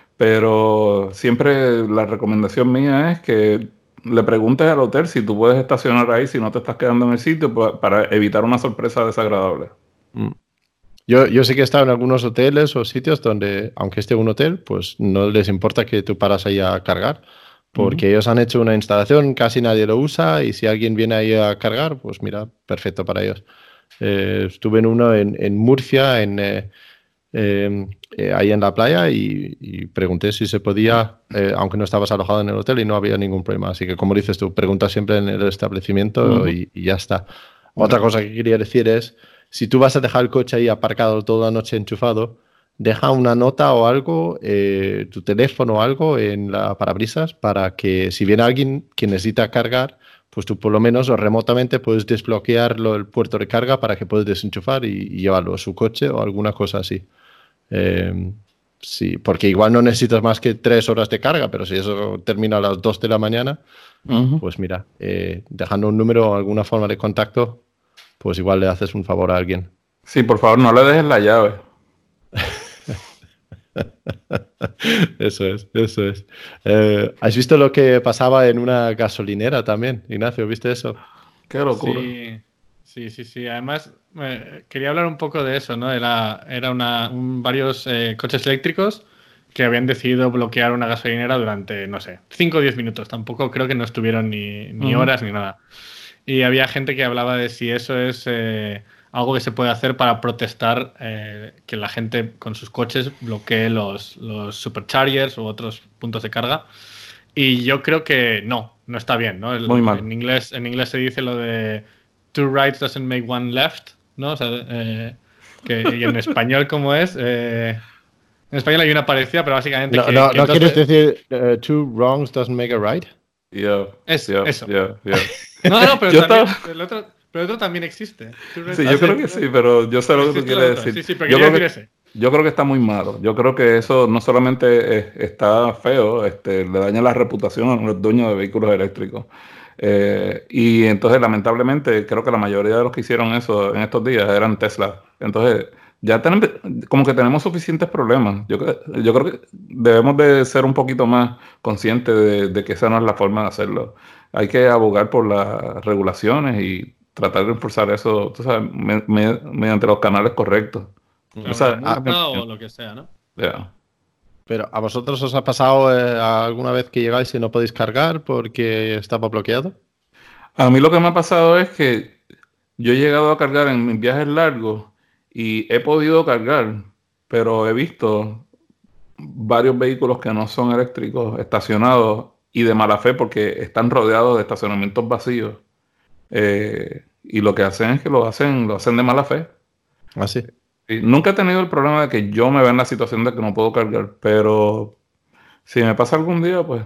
[SPEAKER 1] Pero siempre la recomendación mía es que le preguntes al hotel si tú puedes estacionar ahí, si no te estás quedando en el sitio, pa- para evitar una sorpresa desagradable.
[SPEAKER 2] Mm. Yo, yo sí que he estado en algunos hoteles o sitios donde, aunque esté un hotel, pues no les importa que tú paras ahí a cargar, porque
[SPEAKER 1] Ujú.
[SPEAKER 2] ellos han hecho una instalación, casi nadie lo usa, y si alguien viene ahí a cargar, pues mira, perfecto para ellos. Eh, estuve en uno en, en Murcia, en, eh, eh, eh, ahí en la playa, y, y pregunté si se podía, eh, aunque no estabas alojado en el hotel, y no había ningún problema. Así que, como dices tú, pregunta siempre en el establecimiento
[SPEAKER 1] Ujú.
[SPEAKER 2] y, y ya está.
[SPEAKER 1] Ya.
[SPEAKER 2] Otra cosa que quería decir es, si tú vas a dejar el coche ahí aparcado toda la noche enchufado, deja una nota o algo, eh, tu teléfono o algo en la parabrisas para que si viene alguien que necesita cargar, pues tú por lo menos o remotamente puedes desbloquearlo el puerto de carga para que puedas desenchufar y, y llevarlo a su coche o alguna cosa así. Eh, sí, porque igual no necesitas más que tres horas de carga, pero si eso termina a las dos de la mañana,
[SPEAKER 1] Ujú.
[SPEAKER 2] pues mira, eh, dejando un número o alguna forma de contacto, pues igual le haces un favor a alguien.
[SPEAKER 1] Sí, por favor, no le dejes la llave.
[SPEAKER 2] Eso es, eso es. Eh, ¿has visto lo que pasaba en una gasolinera también, Ignacio? ¿Viste eso?
[SPEAKER 1] Qué locura.
[SPEAKER 3] Sí, sí, sí, sí. Además, eh, quería hablar un poco de eso, ¿no? Era, era una, un- varios eh, coches eléctricos que habían decidido bloquear una gasolinera durante, no sé, cinco o diez minutos. Tampoco creo que no estuvieron ni, ni
[SPEAKER 1] Ujú.
[SPEAKER 3] horas ni nada. Y había gente que hablaba de si eso es eh, algo que se puede hacer para protestar eh, que la gente con sus coches bloquee los, los superchargers u otros puntos de carga. Y yo creo que no, no está bien, ¿no? El-
[SPEAKER 1] Muy mal.
[SPEAKER 3] en inglés, en inglés se dice lo de two rights doesn't make one left, ¿no? O sea, eh, que, y en español, ¿cómo es? Eh, en español hay una parecida, pero básicamente
[SPEAKER 2] No,
[SPEAKER 3] que,
[SPEAKER 2] no,
[SPEAKER 3] que
[SPEAKER 2] ¿no
[SPEAKER 3] dos
[SPEAKER 2] quieres
[SPEAKER 3] ve-
[SPEAKER 2] decir uh, two wrongs doesn't make a right?
[SPEAKER 1] Yeah,
[SPEAKER 3] es
[SPEAKER 1] yeah,
[SPEAKER 3] eso.
[SPEAKER 1] yeah, yeah.
[SPEAKER 3] No, no, pero
[SPEAKER 1] Yo
[SPEAKER 3] también
[SPEAKER 1] estaba-
[SPEAKER 3] el otro, pero el otro también existe. Two rights
[SPEAKER 1] Sí,
[SPEAKER 2] ¿Ah,
[SPEAKER 1] yo
[SPEAKER 3] doesn't
[SPEAKER 2] sí?
[SPEAKER 1] creo
[SPEAKER 3] make
[SPEAKER 1] que
[SPEAKER 3] one
[SPEAKER 1] sí,
[SPEAKER 3] left.
[SPEAKER 1] pero yo sé
[SPEAKER 3] Pero
[SPEAKER 1] lo que tú
[SPEAKER 3] existe el
[SPEAKER 1] quieres
[SPEAKER 3] otro.
[SPEAKER 1] decir.
[SPEAKER 3] Sí, sí, pero
[SPEAKER 1] Yo
[SPEAKER 3] quería
[SPEAKER 1] creo
[SPEAKER 3] decir
[SPEAKER 1] que,
[SPEAKER 3] ese.
[SPEAKER 1] yo creo que está muy malo. Yo creo que eso no solamente es- está feo, este, le daña la reputación a los dueños de vehículos eléctricos. Eh, y entonces, lamentablemente, creo que la mayoría de los que hicieron eso en estos días eran Tesla. Entonces, ya tenemos, como que tenemos suficientes problemas. Yo, cre- yo creo que debemos de ser un poquito más conscientes de, de que esa no es la forma de hacerlo. Hay que abogar por las regulaciones y tratar de impulsar eso, tú sabes, me- me- mediante los canales correctos.
[SPEAKER 3] Claro,
[SPEAKER 1] Esa
[SPEAKER 3] una
[SPEAKER 1] es mi
[SPEAKER 3] multa
[SPEAKER 1] opinión.
[SPEAKER 3] o lo que sea, ¿no?
[SPEAKER 1] Ya.
[SPEAKER 2] Pero ¿a vosotros os ha pasado eh, alguna vez que llegáis y no podéis cargar porque estaba bloqueado?
[SPEAKER 1] A mí lo que me ha pasado es que yo he llegado a cargar en mis viajes largos y he podido cargar, pero he visto varios vehículos que no son eléctricos estacionados y de mala fe porque están rodeados de estacionamientos vacíos. Eh, y lo que hacen es que lo hacen, lo hacen de mala fe.
[SPEAKER 2] ¿Ah, sí?
[SPEAKER 1] Y nunca he tenido el problema de que yo me vea en la situación de que no puedo cargar, pero si me pasa algún día, pues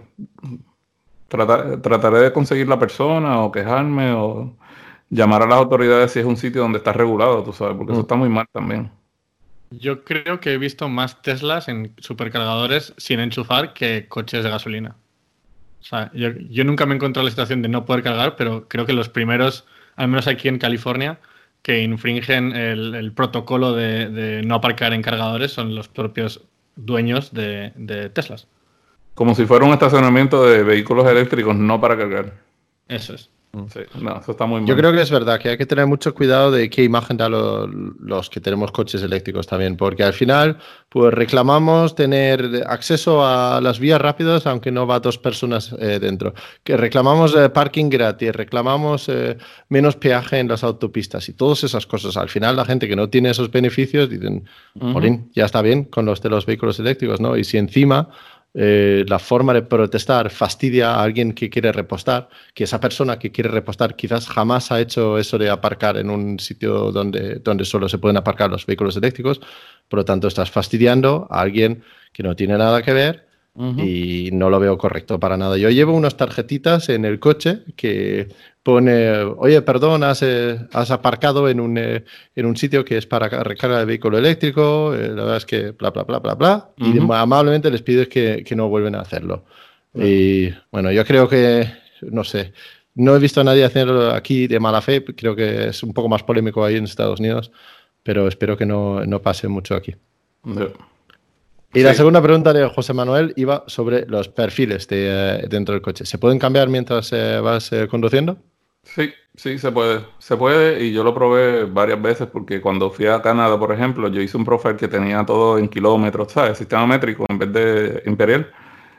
[SPEAKER 1] tratar- trataré de conseguir la persona o quejarme o llamar a las autoridades si es un sitio donde está regulado, tú sabes, porque eso
[SPEAKER 2] Mm.
[SPEAKER 1] está muy mal también.
[SPEAKER 3] Yo creo que he visto más Teslas en supercargadores sin enchufar que coches de gasolina. O sea, yo, yo nunca me he encontrado en la situación de no poder cargar, pero creo que los primeros, al menos aquí en California, que infringen el, el protocolo de, de no aparcar en cargadores son los propios dueños de, de Teslas.
[SPEAKER 1] Como si fuera un estacionamiento de vehículos eléctricos, no para cargar.
[SPEAKER 3] Eso es.
[SPEAKER 1] Sí, no, eso está muy mal.
[SPEAKER 2] Yo creo que es verdad que hay que tener mucho cuidado de qué imagen dan lo, los que tenemos coches eléctricos también, porque al final pues reclamamos tener acceso a las vías rápidas aunque no va dos personas eh, dentro, que reclamamos eh, parking gratis, reclamamos eh, menos peaje en las autopistas y todas esas cosas. Al final la gente que no tiene esos beneficios dicen,
[SPEAKER 1] Uh-huh.
[SPEAKER 2] Jolín, ya está bien con los de los vehículos eléctricos, ¿no? Y si encima Eh, la forma de protestar fastidia a alguien que quiere repostar, que esa persona que quiere repostar quizás jamás ha hecho eso de aparcar en un sitio donde, donde solo se pueden aparcar los vehículos eléctricos, por lo tanto estás fastidiando a alguien que no tiene nada que ver uh-huh. y no lo veo correcto para nada. Yo llevo unas tarjetitas en el coche que pone, oye, perdón, has, eh, has aparcado en un, eh, en un sitio que es para recarga de vehículo eléctrico, eh, la verdad es que bla, bla, bla, bla, bla, uh-huh. y amablemente les pides que, que no vuelven a hacerlo. Uh-huh. Y bueno, yo creo que, no sé, no he visto a nadie hacerlo aquí de mala fe, creo que es un poco más polémico ahí en Estados Unidos, pero espero que no, no pase mucho aquí.
[SPEAKER 1] Uh-huh.
[SPEAKER 2] Y sí. La segunda pregunta de José Manuel iba sobre los perfiles de, eh, dentro del coche. ¿Se pueden cambiar mientras eh, vas eh, conduciendo?
[SPEAKER 1] Sí, sí, se puede. Se puede y yo lo probé varias veces porque cuando fui a Canadá, por ejemplo, yo hice un profile que tenía todo en kilómetros, ¿sabes? Sistema métrico en vez de imperial.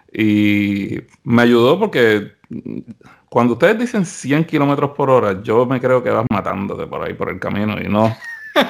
[SPEAKER 1] Y me ayudó porque cuando ustedes dicen cien kilómetros por hora, yo me creo que vas matándote por ahí, por el camino y no...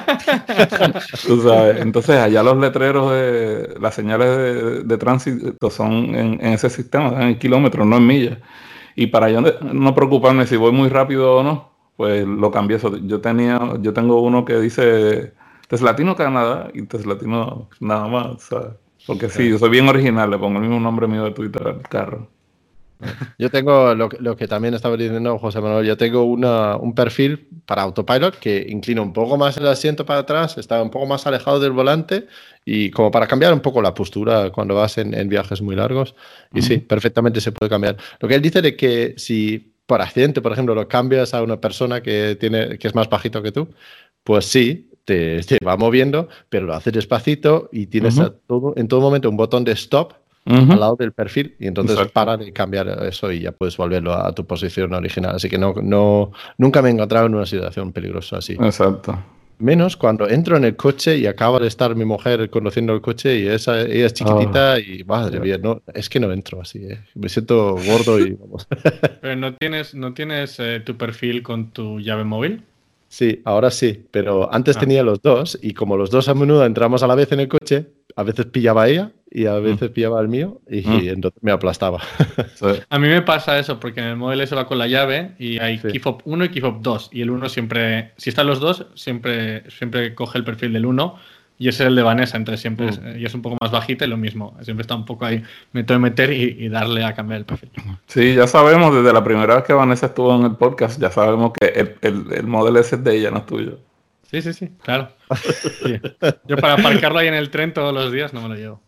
[SPEAKER 1] Tú sabes, entonces allá los letreros de las señales de, de tránsito son en, en ese sistema, en kilómetros, no en millas. Y para yo no preocuparme si voy muy rápido o no, pues lo cambié. Yo tenía, yo tengo uno que dice Teslatino Canadá y Teslatino nada más, ¿sabes? Porque sí, yo soy bien original, le pongo el mismo nombre mío de Twitter al carro.
[SPEAKER 2] Yo tengo lo, lo que también estaba diciendo José Manuel, yo tengo una, un perfil para autopilot que inclina un poco más el asiento para atrás, está un poco más alejado del volante y como para cambiar un poco la postura cuando vas en, en viajes muy largos. Y uh-huh. sí, perfectamente se puede cambiar. Lo que él dice de que si por accidente, por ejemplo, lo cambias a una persona que, tiene, que es más bajito que tú, pues sí, te, te va moviendo, pero lo haces despacito y tienes uh-huh. a todo, en todo momento un botón de stop Uh-huh. al lado del perfil y entonces Exacto. para de cambiar eso y ya puedes volverlo a tu posición original. Así que no, no, nunca me he encontrado en una situación peligrosa así.
[SPEAKER 1] Exacto.
[SPEAKER 2] Menos cuando entro en el coche y acaba de estar mi mujer conduciendo el coche y esa, ella es chiquitita oh. y madre mía, no, es que no entro así, ¿eh? Me siento gordo y vamos.
[SPEAKER 3] Pero no tienes, no tienes eh, tu perfil con tu llave móvil.
[SPEAKER 2] Sí, ahora sí, pero antes ah. tenía los dos y como los dos a menudo entramos a la vez en el coche, a veces pillaba ella y a veces mm. pillaba el mío y, mm. y entonces me aplastaba.
[SPEAKER 3] Sí. A mí me pasa eso porque en el móvil se va con la llave y hay sí. Key fob uno y Key fob dos y el uno siempre, si están los dos, siempre, siempre coge el perfil del uno y ese es el de Vanessa, entonces siempre mm. es, y es un poco más bajita y lo mismo, siempre está un poco ahí, me tengo que meter y, y darle a cambiar el perfil.
[SPEAKER 1] Sí, ya sabemos, desde la primera vez que Vanessa estuvo en el podcast, ya sabemos que el, el, el modelo ese es de ella, no es tuyo.
[SPEAKER 3] Sí, sí, sí, claro. Sí. Yo para aparcarlo ahí en el tren todos los días no me lo llevo.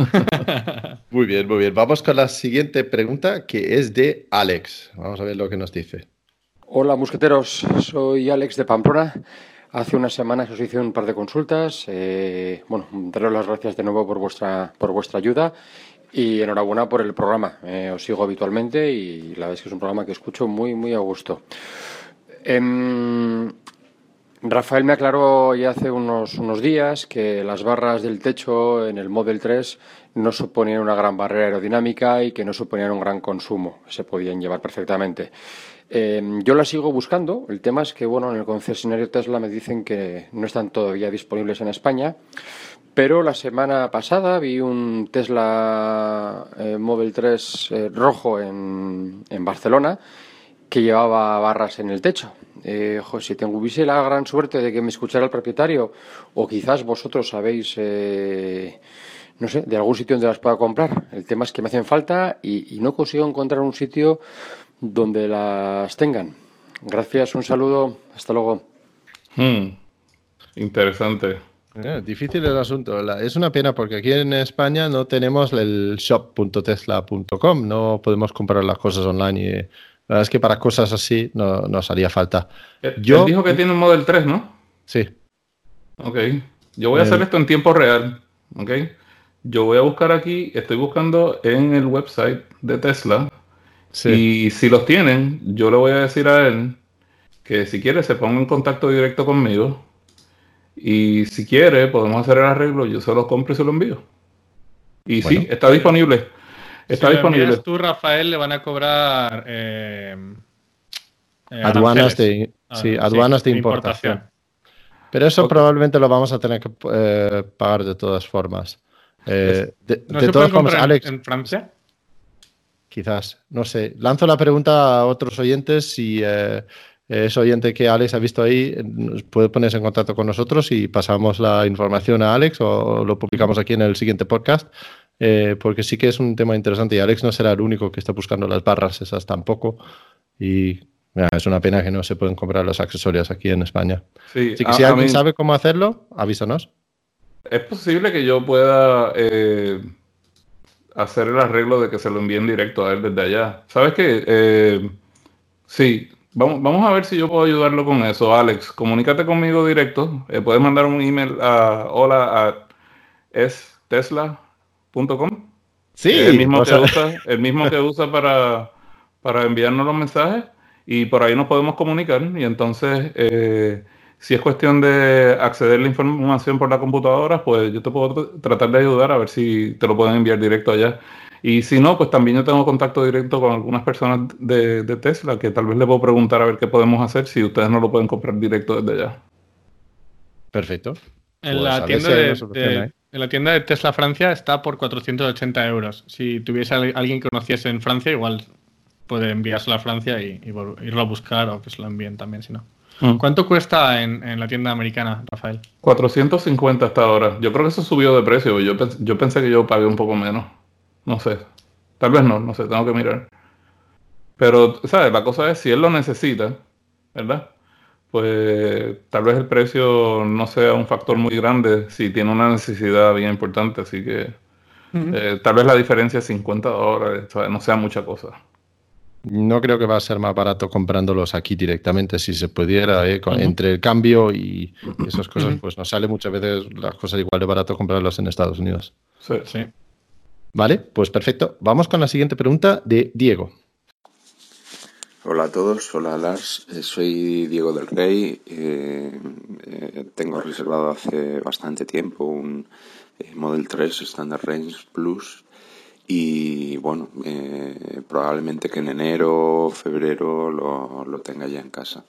[SPEAKER 2] Muy bien, muy bien. Vamos con la siguiente pregunta que es de Alex. Vamos a ver lo que nos dice.
[SPEAKER 5] Hola, mosqueteros. Soy Alex de Pamplona. Hace unas semanas os hice un par de consultas. Eh, bueno, daros las gracias de nuevo por vuestra, por vuestra ayuda y enhorabuena por el programa. Eh, os sigo habitualmente y la verdad es que es un programa que escucho muy, muy a gusto. Eh, Rafael me aclaró ya hace unos, unos días que las barras del techo en el Model tres no suponían una gran barrera aerodinámica y que no suponían un gran consumo, se podían llevar perfectamente. Eh, yo las sigo buscando, el tema es que bueno, en el concesionario Tesla me dicen que no están todavía disponibles en España, pero la semana pasada vi un Tesla eh, Model tres eh, rojo en, en Barcelona que llevaba barras en el techo. Eh, jo, si tuviese la gran suerte de que me escuchara el propietario o quizás vosotros sabéis, eh, no sé, de algún sitio donde las pueda comprar. El tema es que me hacen falta y, y no consigo encontrar un sitio donde las tengan. Gracias, un saludo, hasta luego.
[SPEAKER 1] Hmm. Interesante.
[SPEAKER 2] Eh, difícil el asunto. La, es una pena porque aquí en España no tenemos el shop punto tesla punto com, no podemos comprar las cosas online y la verdad es que para cosas así no nos haría falta.
[SPEAKER 1] Yo, Él dijo que tiene un Model tres, ¿no?
[SPEAKER 2] Sí.
[SPEAKER 1] Ok. Yo voy a hacer esto en tiempo real. Ok. Yo voy a buscar aquí, estoy buscando en el website de Tesla
[SPEAKER 2] Sí.
[SPEAKER 1] Y si los tienen, yo le voy a decir a él que si quiere se ponga en contacto directo conmigo. Y si quiere, podemos hacer el arreglo, yo se lo compro y se lo envío. Y
[SPEAKER 2] Bueno.
[SPEAKER 1] sí, está disponible. Está
[SPEAKER 3] si
[SPEAKER 1] disponible.
[SPEAKER 3] lo envías tú, Rafael, le van a cobrar eh, eh,
[SPEAKER 2] Aduanas
[SPEAKER 3] aranceles.
[SPEAKER 2] de, sí,
[SPEAKER 3] Ah,
[SPEAKER 2] aduanas de
[SPEAKER 3] de
[SPEAKER 2] importación. Pero eso
[SPEAKER 1] Ok.
[SPEAKER 2] probablemente lo vamos a tener que eh, pagar de todas formas. Eh, de
[SPEAKER 3] ¿No
[SPEAKER 2] de
[SPEAKER 3] se
[SPEAKER 2] todas
[SPEAKER 3] pueden
[SPEAKER 2] formas,
[SPEAKER 3] comprar en,
[SPEAKER 2] Alex,
[SPEAKER 3] en Francia?
[SPEAKER 2] quizás, no sé. Lanzo la pregunta a otros oyentes. Si eh, es oyente que Alex ha visto ahí, nos puede ponerse en contacto con nosotros y pasamos la información a Alex o lo publicamos aquí en el siguiente podcast. Eh, porque sí que es un tema interesante y Alex no será el único que está buscando las barras esas tampoco. Y mira, es una pena que no se pueden comprar los accesorios aquí en España.
[SPEAKER 1] Sí,
[SPEAKER 2] Así que si
[SPEAKER 1] a, a
[SPEAKER 2] alguien
[SPEAKER 1] mí
[SPEAKER 2] sabe cómo hacerlo, avísanos.
[SPEAKER 1] es posible que yo pueda eh, hacer el arreglo de que se lo envíen directo a él desde allá. ¿Sabes qué? Eh, sí, vamos, vamos a ver si yo puedo ayudarlo con eso. Alex, comunícate conmigo directo. Eh, puedes mandar un email a hola a es tesla punto com, que es el
[SPEAKER 2] Sí,
[SPEAKER 1] mismo
[SPEAKER 2] o
[SPEAKER 1] que
[SPEAKER 2] sea,
[SPEAKER 1] usa, el mismo que usa para, para enviarnos los mensajes, y por ahí nos podemos comunicar. Y entonces, eh, si es cuestión de acceder a la información por la computadora, pues yo te puedo tr- tratar de ayudar a ver si te lo pueden enviar directo allá. Y si no, pues también yo tengo contacto directo con algunas personas de, de Tesla que tal vez le puedo preguntar a ver qué podemos hacer si ustedes no lo pueden comprar directo desde allá.
[SPEAKER 2] perfecto.
[SPEAKER 3] En
[SPEAKER 2] Pues
[SPEAKER 3] la
[SPEAKER 2] a ver si
[SPEAKER 3] tienda
[SPEAKER 2] hay una
[SPEAKER 3] de,
[SPEAKER 2] solución
[SPEAKER 3] de-
[SPEAKER 2] ahí.
[SPEAKER 3] en la tienda de Tesla Francia está por cuatrocientos ochenta euros. Si tuviese al- alguien que conociese en Francia, igual puede enviárselo a Francia y, y vol- irlo a buscar o que se lo envíen también, si no.
[SPEAKER 1] Mm.
[SPEAKER 3] ¿Cuánto cuesta en, en la tienda americana, Rafael?
[SPEAKER 1] cuatrocientos cincuenta hasta ahora. Yo creo que eso subió de precio. Yo, pens- yo pensé que yo pagué un poco menos. No sé. Tal vez no, no sé, tengo que mirar. Pero, ¿sabes? La cosa es, si él lo necesita, ¿verdad? Pues tal vez el precio no sea un factor muy grande si tiene una necesidad bien importante. Así que
[SPEAKER 3] Ujú.
[SPEAKER 1] eh, tal vez la diferencia es cincuenta dólares, ¿sabes? No sea mucha cosa.
[SPEAKER 2] No creo que va a ser más barato comprándolos aquí directamente, si se pudiera, ¿eh? Con-
[SPEAKER 1] Ujú.
[SPEAKER 2] entre el cambio y esas cosas,
[SPEAKER 3] Ujú.
[SPEAKER 2] pues nos sale muchas veces las cosas igual de barato comprarlos en Estados Unidos.
[SPEAKER 1] Sí.
[SPEAKER 3] Sí.
[SPEAKER 2] Vale, pues perfecto. Vamos con la siguiente pregunta de Diego.
[SPEAKER 6] Hola a todos, hola Lars, eh, soy Diego del Rey. eh, eh, tengo reservado hace bastante tiempo un eh, Model tres Standard Range Plus y bueno, eh, probablemente que en enero o febrero lo, lo tenga ya en casa.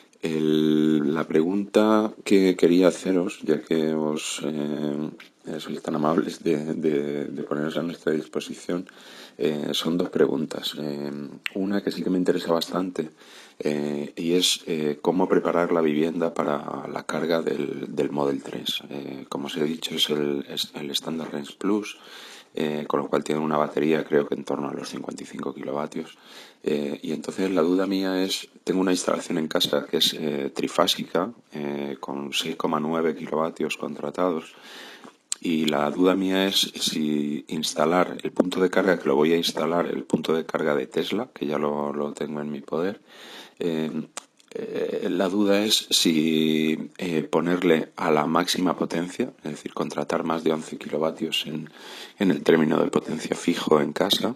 [SPEAKER 6] El- la pregunta que quería haceros, ya que os eh, sois tan amables de, de, de poneros a nuestra disposición, eh, son dos preguntas. Eh, una que sí que me interesa bastante eh, y es eh, cómo preparar la vivienda para la carga del, del Model tres. Eh, como os he dicho, es el, es el Standard Range Plus. Eh, con lo cual tiene una batería creo que en torno a los cincuenta y cinco kilovatios. Eh, y entonces la duda mía es, tengo una instalación en casa que es eh, trifásica, eh, con seis coma nueve kilovatios contratados, y la duda mía es si instalar el punto de carga, que lo voy a instalar, el punto de carga de Tesla, que ya lo, lo tengo en mi poder. Eh, eh, la duda es si eh, ponerle a la máxima potencia, es decir, contratar más de once kilovatios en, en el término de potencia fijo en casa,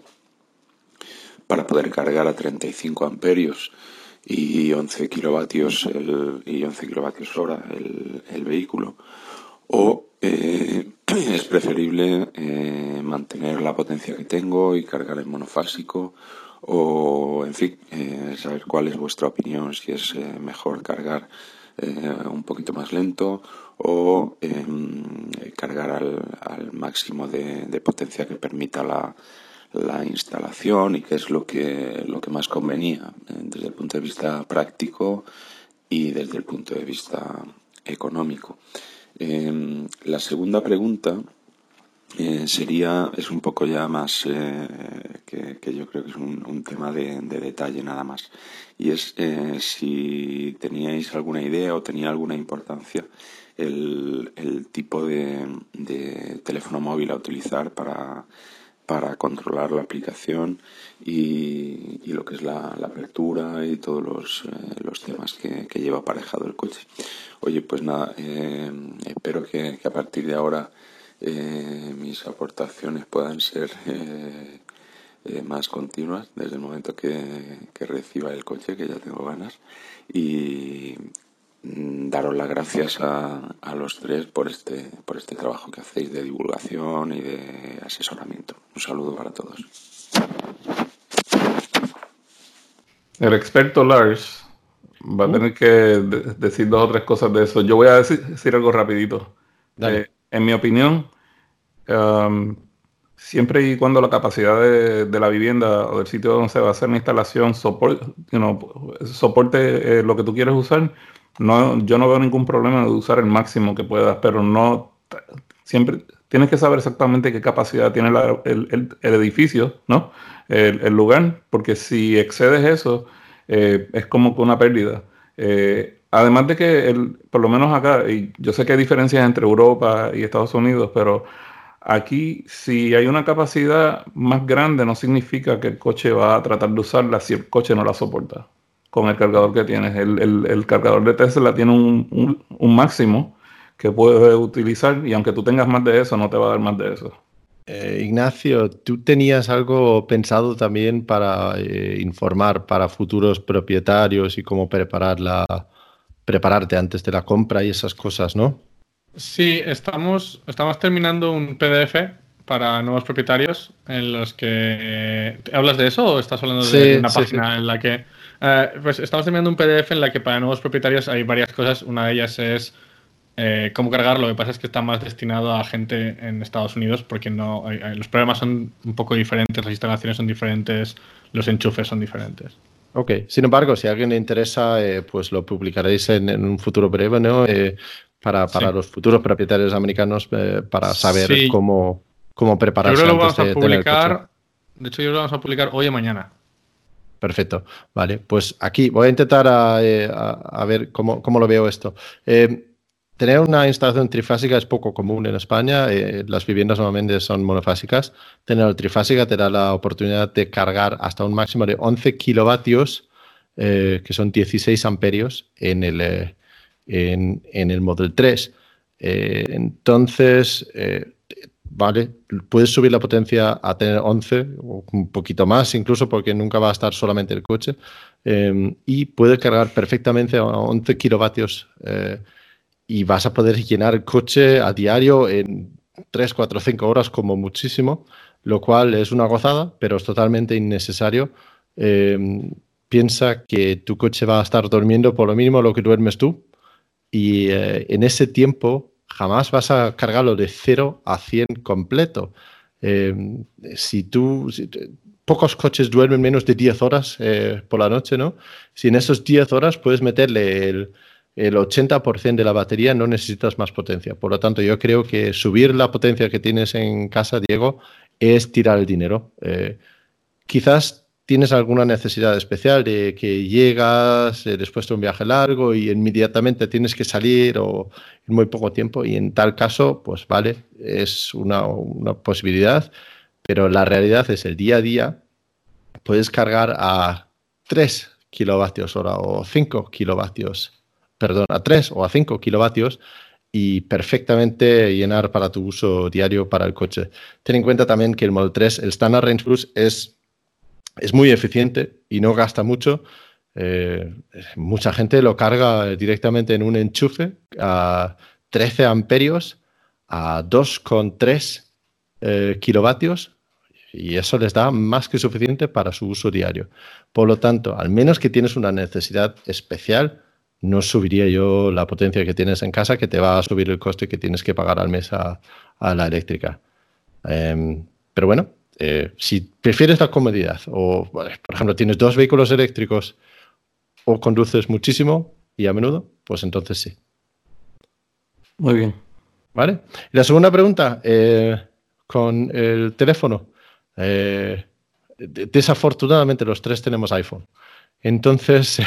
[SPEAKER 6] para poder cargar a treinta y cinco amperios y once kilovatios el, y once kilovatios hora el, el vehículo, o eh, es preferible eh, mantener la potencia que tengo y cargar en monofásico, o en fin, eh, saber cuál es vuestra opinión, si es eh, mejor cargar eh, un poquito más lento o eh, cargar al, al máximo de, de potencia que permita la, la instalación, y qué es lo que, lo que más convenía eh, desde el punto de vista práctico y desde el punto de vista económico. Eh, la segunda pregunta eh, sería, es un poco ya más, eh, que, que yo creo que es un, un tema de, de detalle nada más, y es eh, si teníais alguna idea o tenía alguna importancia el, el tipo de, de teléfono móvil a utilizar para, para controlar la aplicación y, y lo que es la, la apertura y todos los, eh, los temas que, que lleva aparejado el coche. Oye, pues nada, eh, espero que, que a partir de ahora eh, mis aportaciones puedan ser eh, eh, más continuas desde el momento que, que reciba el coche, que ya tengo ganas. Y mm, daros las gracias a, a los tres por este, por este trabajo que hacéis de divulgación y de asesoramiento. Un saludo para todos.
[SPEAKER 1] El experto Lars va a tener que de- decir dos o tres cosas de eso. Yo voy a decir, decir algo rapidito. Eh, en mi opinión, um, siempre y cuando la capacidad de, de la vivienda o del sitio donde se va a hacer la instalación soporte, you know, soporte eh, lo que tú quieres usar, no, yo no veo ningún problema de usar el máximo que puedas, pero no siempre tienes que saber exactamente qué capacidad tiene la- el, el- el edificio, ¿no? El, el lugar, porque si excedes eso, eh, es como que una pérdida. Eh, además de que, el, por lo menos acá, y yo sé que hay diferencias entre Europa y Estados Unidos, pero aquí, si hay una capacidad más grande, no significa que el coche va a tratar de usarla si el coche no la soporta con el cargador que tienes. El, el- el cargador de Tesla tiene un, un- un máximo que puedes utilizar y aunque tú tengas más de eso, no te va a dar más de eso.
[SPEAKER 2] Eh, Ignacio, ¿tú tenías algo pensado también para eh, informar para futuros propietarios y cómo preparar la, prepararte antes de la compra y esas cosas, ¿no?
[SPEAKER 3] Sí, estamos, estamos terminando un P D F para nuevos propietarios en los que... ¿Hablas de eso o estás hablando de
[SPEAKER 2] Sí,
[SPEAKER 3] una
[SPEAKER 2] sí,
[SPEAKER 3] página
[SPEAKER 2] sí.
[SPEAKER 3] en la que... eh, pues estamos terminando un P D F en la que para nuevos propietarios hay varias cosas. Una de ellas es eh, cómo cargar. Lo que pasa es que está más destinado a gente en Estados Unidos porque no hay- hay- los problemas son un poco diferentes, las instalaciones son diferentes, los enchufes son diferentes.
[SPEAKER 2] Ok, sin embargo, si a alguien le interesa, eh, pues lo publicaréis en, en un futuro breve, ¿no? Eh, para, para
[SPEAKER 3] Sí.
[SPEAKER 2] los futuros propietarios americanos, eh, para saber
[SPEAKER 3] Sí.
[SPEAKER 2] cómo, cómo
[SPEAKER 3] Yo
[SPEAKER 2] prepararse
[SPEAKER 3] creo que lo
[SPEAKER 2] antes
[SPEAKER 3] vamos a
[SPEAKER 2] de tener el coche.
[SPEAKER 3] publicar... De hecho, yo creo que lo vamos a publicar hoy o mañana.
[SPEAKER 2] Perfecto, vale. Pues aquí voy a intentar a, eh, a- a ver cómo, cómo lo veo esto. Eh, tener una instalación trifásica es poco común en España. Eh, las viviendas normalmente son monofásicas. Tener trifásica te da la oportunidad de cargar hasta un máximo de once kilovatios, eh, que son dieciséis amperios, en el, eh, en, en el Model tres. Eh, entonces, eh, vale, puedes subir la potencia a tener once o un poquito más incluso porque nunca va a estar solamente el coche, eh, y puede cargar perfectamente a once kilovatios, eh, y vas a poder llenar el coche a diario en tres, cuatro, cinco horas como muchísimo, lo cual es una gozada, pero es totalmente innecesario. Eh, piensa que tu coche va a estar durmiendo por lo mínimo lo que duermes tú y eh, en ese tiempo jamás vas a cargarlo de cero a cien completo. Eh, si tú, si, pocos coches duermen menos de diez horas eh, por la noche, ¿no? Si en esas diez horas puedes meterle el, el ochenta por ciento de la batería, no necesitas más potencia. Por lo tanto, yo creo que subir la potencia que tienes en casa, Diego, es tirar el dinero. Eh, quizás tienes alguna necesidad especial de que llegas eh, después de un viaje largo y inmediatamente tienes que salir o en muy poco tiempo y en tal caso, pues vale, es una, una posibilidad, pero la realidad es el día a día puedes cargar a tres kilovatios hora o cinco kilovatios, perdón, a tres o a cinco kilovatios y perfectamente llenar para tu uso diario para el coche. Ten en cuenta también que el Model tres, el Standard Range Plus, es es muy eficiente y no gasta mucho. Eh, mucha gente lo carga directamente en un enchufe a trece amperios a dos coma tres eh, kilovatios y eso les da más que suficiente para su uso diario. Por lo tanto, al menos que tienes una necesidad especial, no subiría yo la potencia que tienes en casa, que te va a subir el coste que tienes que pagar al mes a, a la eléctrica. Eh, pero bueno, eh, si prefieres la comodidad o, bueno, por ejemplo, tienes dos vehículos eléctricos o conduces muchísimo y a menudo, pues entonces sí.
[SPEAKER 1] Muy bien.
[SPEAKER 2] ¿Vale? Y la segunda pregunta, eh, con el teléfono. Eh, desafortunadamente los tres tenemos iPhone. Entonces,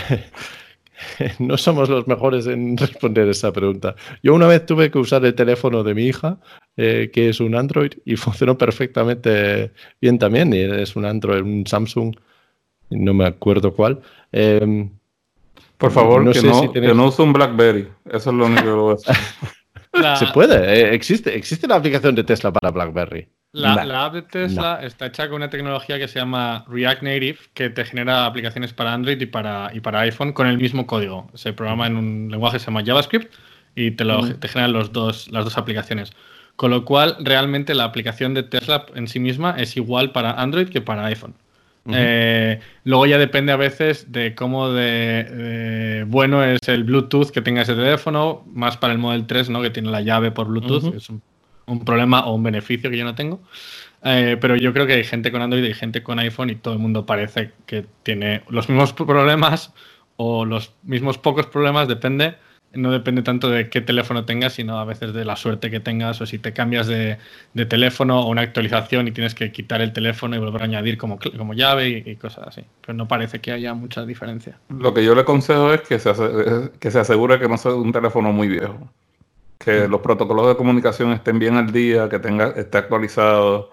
[SPEAKER 2] no somos los mejores en responder esa pregunta. Yo una vez tuve que usar el teléfono de mi hija, eh, que es un Android, y funcionó perfectamente bien también. Y es un Android, un Samsung, no me acuerdo cuál. Eh,
[SPEAKER 1] Por favor,
[SPEAKER 2] no
[SPEAKER 1] que,
[SPEAKER 2] sé
[SPEAKER 1] no,
[SPEAKER 2] si
[SPEAKER 1] que
[SPEAKER 2] tenéis...
[SPEAKER 1] no use un BlackBerry. Eso es lo único que lo voy a hacer.
[SPEAKER 3] La-
[SPEAKER 2] Se puede, eh, existe, existe la aplicación de Tesla para BlackBerry.
[SPEAKER 3] La,
[SPEAKER 2] Nah,
[SPEAKER 3] la app de Tesla
[SPEAKER 2] no.
[SPEAKER 3] está hecha con una tecnología que se llama React Native, que te genera aplicaciones para Android y para, y para iPhone con el mismo código. Se programa en un lenguaje que se llama JavaScript y te, lo,
[SPEAKER 1] Mm.
[SPEAKER 3] te generan los dos, las dos aplicaciones. Con lo cual, realmente la aplicación de Tesla en sí misma es igual para Android que para iPhone.
[SPEAKER 2] Ujú.
[SPEAKER 3] Eh, luego ya depende a veces de cómo de, de bueno es el Bluetooth que tenga ese teléfono, más para el Model tres, ¿no? Que tiene la llave por Bluetooth,
[SPEAKER 2] Ujú.
[SPEAKER 3] que es un, un problema o un beneficio que yo no tengo. Eh, pero yo creo que hay gente con Android y gente con iPhone y todo el mundo parece que tiene los mismos problemas o los mismos pocos problemas, depende. No depende tanto de qué teléfono tengas, sino a veces de la suerte que tengas o si te cambias de, de teléfono o una actualización y tienes que quitar el teléfono y volver a añadir como, como llave y, y cosas así. Pero no parece que haya mucha diferencia.
[SPEAKER 1] Lo que yo le aconsejo es que se, ase- que se asegure que no sea un teléfono muy viejo. Que
[SPEAKER 3] Mm.
[SPEAKER 1] los protocolos de comunicación estén bien al día, que tenga, esté actualizado.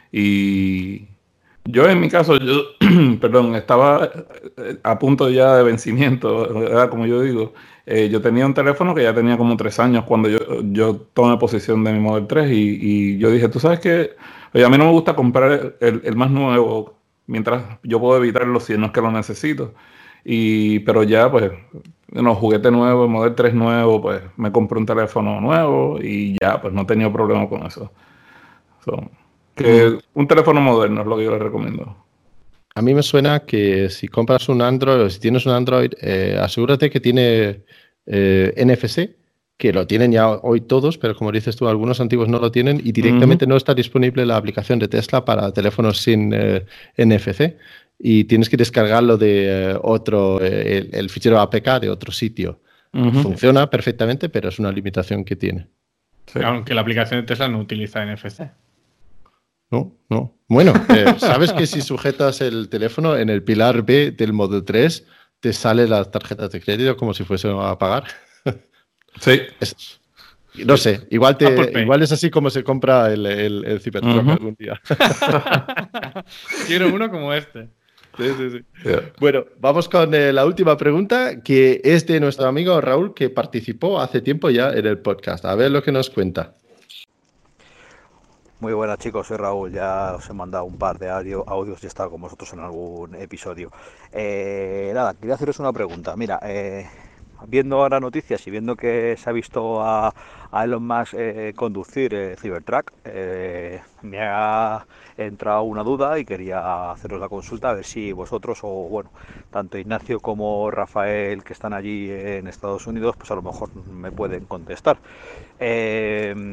[SPEAKER 1] Y yo en mi caso, yo, perdón, estaba eh, a punto ya de vencimiento, ¿verdad? Como yo digo. Eh, yo tenía un teléfono que ya tenía como tres años cuando yo, yo tomé posesión de mi Model tres y, y yo dije, tú sabes que oye, a mí no me gusta comprar el, el más nuevo mientras yo puedo evitarlo si no es que lo necesito. Y, pero ya pues, los juguetes nuevos, el Model tres nuevo, pues me compré un teléfono nuevo y ya pues no he tenido problema con eso. So,
[SPEAKER 2] Mm.
[SPEAKER 1] que un teléfono moderno es lo que yo les recomiendo.
[SPEAKER 2] A mí me suena que si compras un Android o si tienes un Android, eh, asegúrate que tiene eh, N F C, que lo tienen ya hoy todos, pero como dices tú, algunos antiguos no lo tienen y
[SPEAKER 1] Ujú.
[SPEAKER 2] directamente no está disponible la aplicación de Tesla para teléfonos sin eh, N F C y tienes que descargarlo de eh, otro, eh, el, el fichero A P K de otro sitio.
[SPEAKER 1] Ujú.
[SPEAKER 2] Funciona perfectamente, pero es una limitación que tiene.
[SPEAKER 1] Sí.
[SPEAKER 3] Aunque la aplicación de Tesla no utiliza N F C.
[SPEAKER 2] No, no. Bueno, eh, ¿sabes que si sujetas el teléfono en el pilar B del Model tres te sale las tarjetas de crédito como si fuese a pagar?
[SPEAKER 1] Sí.
[SPEAKER 2] Es- no sé, igual,
[SPEAKER 3] Apple
[SPEAKER 2] te,
[SPEAKER 3] Pay.
[SPEAKER 2] igual es así como se compra el, el, el Cybertruck
[SPEAKER 1] Ujú.
[SPEAKER 2] algún día.
[SPEAKER 3] Quiero uno como este.
[SPEAKER 2] Sí, sí, sí.
[SPEAKER 1] Yeah.
[SPEAKER 2] Bueno, vamos con eh, la última pregunta, que es de nuestro amigo Raúl, que participó hace tiempo ya en el podcast. A ver lo que nos cuenta.
[SPEAKER 7] Muy buenas chicos, soy Raúl, ya os he mandado un par de audio, audios y he estado con vosotros en algún episodio. Eh, nada, quería haceros una pregunta. Mira, eh, viendo ahora noticias y viendo que se ha visto a, a Elon Musk eh, conducir el Cybertruck, eh, me ha entrado una duda y quería haceros la consulta a ver si vosotros o, bueno, tanto Ignacio como Rafael que están allí en Estados Unidos, pues a lo mejor me pueden contestar. Eh,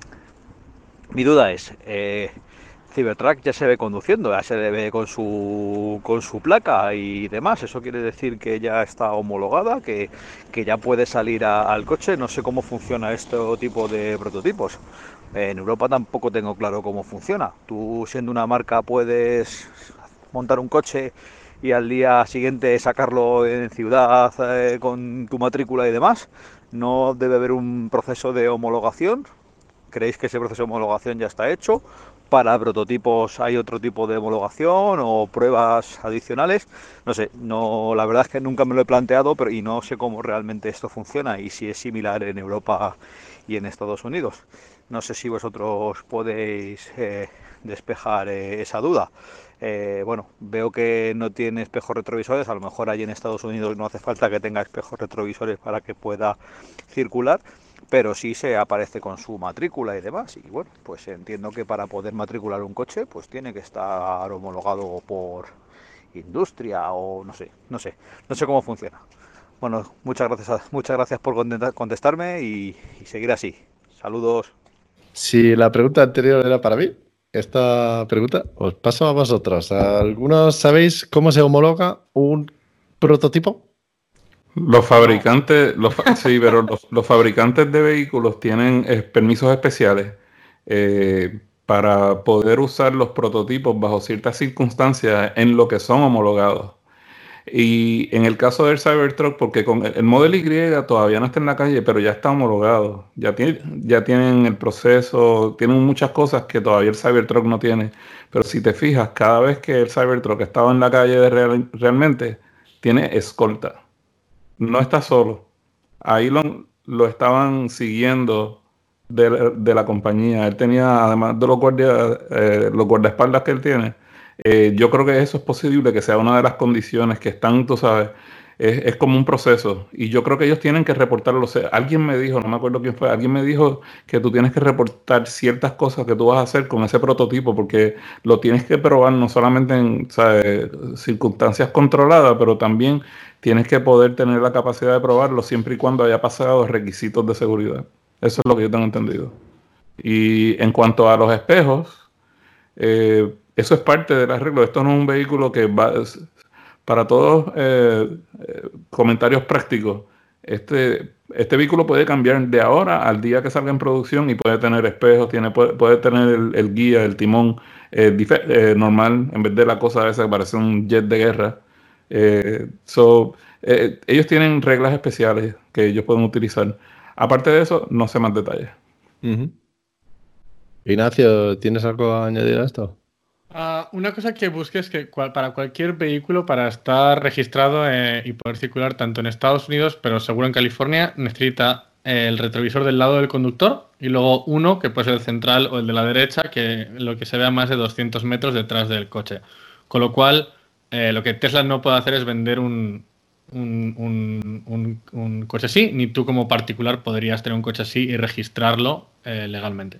[SPEAKER 7] Mi duda es, eh, Cybertruck ya se ve conduciendo, ya se le ve con su, con su placa y demás. Eso quiere decir que ya está homologada, que, que ya puede salir a, al coche. No sé cómo funciona este tipo de prototipos. En Europa tampoco tengo claro cómo funciona. Tú siendo una marca puedes montar un coche y al día siguiente sacarlo en ciudad eh, con tu matrícula y demás. No debe haber un proceso de homologación. ¿Creéis que ese proceso de homologación ya está hecho? ¿Para prototipos hay otro tipo de homologación o pruebas adicionales? No sé, no, la verdad es que nunca me lo he planteado, pero y no sé cómo realmente esto funciona y si es similar en Europa y en Estados Unidos. No sé si vosotros podéis eh, despejar eh, esa duda. Eh, bueno, veo que no tiene espejos retrovisores, a lo mejor allí en Estados Unidos no hace falta que tenga espejos retrovisores para que pueda circular, pero sí se aparece con su matrícula y demás. Y bueno, pues entiendo que para poder matricular un coche, pues tiene que estar homologado por industria o no sé, no sé, no sé cómo funciona. Bueno, muchas gracias, muchas gracias por contestarme y, y seguir así. Saludos.
[SPEAKER 2] Si la pregunta anterior era para mí, esta pregunta os paso a vosotros. ¿Algunos sabéis cómo se homologa un prototipo?
[SPEAKER 1] Los fabricantes, los, fa- sí, pero los, los fabricantes de vehículos tienen eh, permisos especiales eh, para poder usar los prototipos bajo ciertas circunstancias en lo que son homologados. Y en el caso del Cybertruck, porque con el el Model Y todavía no está en la calle, pero ya está homologado. Ya, tiene, ya tienen el proceso, tienen muchas cosas que todavía el Cybertruck no tiene. Pero si te fijas, cada vez que el Cybertruck estaba en la calle de real- realmente, tiene escolta. No está solo. Ahí lo, lo estaban siguiendo de, de la compañía. Él tenía, además de los guardias, eh, los guardaespaldas que él tiene, eh, yo creo que eso es posible que sea una de las condiciones que están, tú sabes, es, es como un proceso. Y yo creo que ellos tienen que reportarlo. O sea, alguien me dijo, no me acuerdo quién fue, alguien me dijo que tú tienes que reportar ciertas cosas que tú vas a hacer con ese prototipo, porque lo tienes que probar no solamente en, ¿sabes?, circunstancias controladas, pero también tienes que poder tener la capacidad de probarlo siempre y cuando haya pasado requisitos de seguridad. Eso es lo que yo tengo entendido. Y en cuanto a los espejos, eh, eso es parte del arreglo. Esto no es un vehículo que va... Para todos eh, eh, comentarios prácticos, este, este vehículo puede cambiar de ahora al día que salga en producción y puede tener espejos, tiene, puede, puede tener el, el guía, el timón eh, eh, normal, en vez de la cosa esa que parece un jet de guerra. Eh, so, eh, ellos tienen reglas especiales que ellos pueden utilizar. Aparte de eso, no sé más detalles.
[SPEAKER 2] Uh-huh. Ignacio, ¿tienes algo a añadir a esto?
[SPEAKER 3] Uh, una cosa que busques que cual, para cualquier vehículo, para estar registrado eh, y poder circular tanto en Estados Unidos, pero seguro en California, necesita eh, el retrovisor del lado del conductor y luego uno, que puede ser el central o el de la derecha, que lo que se vea más de doscientos metros detrás del coche. Con lo cual, eh, lo que Tesla no puede hacer es vender un, un, un, un, un coche así, ni tú como particular podrías tener un coche así y registrarlo eh, legalmente.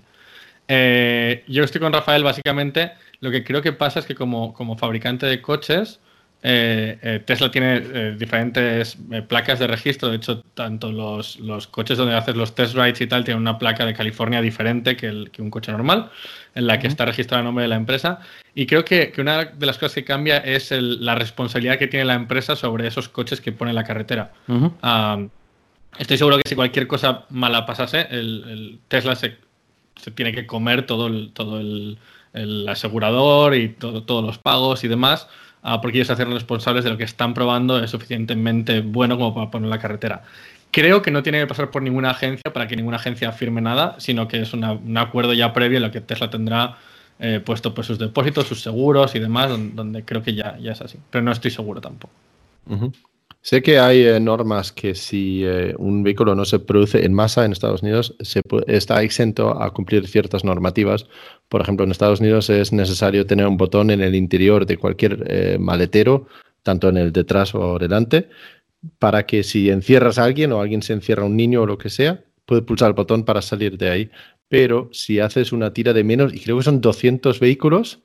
[SPEAKER 3] Eh, yo estoy con Rafael, básicamente. Lo que creo que pasa es que como, como fabricante de coches, eh, eh, Tesla tiene eh, diferentes eh, placas de registro. De hecho, tanto los, los coches donde haces los test rides y tal tienen una placa de California diferente que, el, que un coche normal, en la que uh-huh. está registrado el nombre de la empresa. Y creo que, que una de las cosas que cambia es el, la responsabilidad que tiene la empresa sobre esos coches que pone en la carretera. Uh-huh. Um, estoy seguro que si cualquier cosa mala pasase, el, el Tesla se, se tiene que comer todo el... Todo el el asegurador y todo, todos los pagos y demás, uh, porque ellos se hacen responsables de lo que están probando es suficientemente bueno como para poner en la carretera. Creo que no tiene que pasar por ninguna agencia para que ninguna agencia firme nada, sino que es una, un acuerdo ya previo en lo que Tesla tendrá eh, puesto pues, sus depósitos, sus seguros y demás, donde, donde creo que ya, ya es así. Pero no estoy seguro tampoco.
[SPEAKER 2] Uh-huh. Sé que hay eh, normas que si eh, un vehículo no se produce en masa en Estados Unidos, se está exento a cumplir ciertas normativas. Por ejemplo, en Estados Unidos es necesario tener un botón en el interior de cualquier eh, maletero, tanto en el detrás o delante, para que si encierras a alguien o alguien se encierra a un niño o lo que sea, puede pulsar el botón para salir de ahí. Pero si haces una tira de menos, y creo que son doscientos vehículos,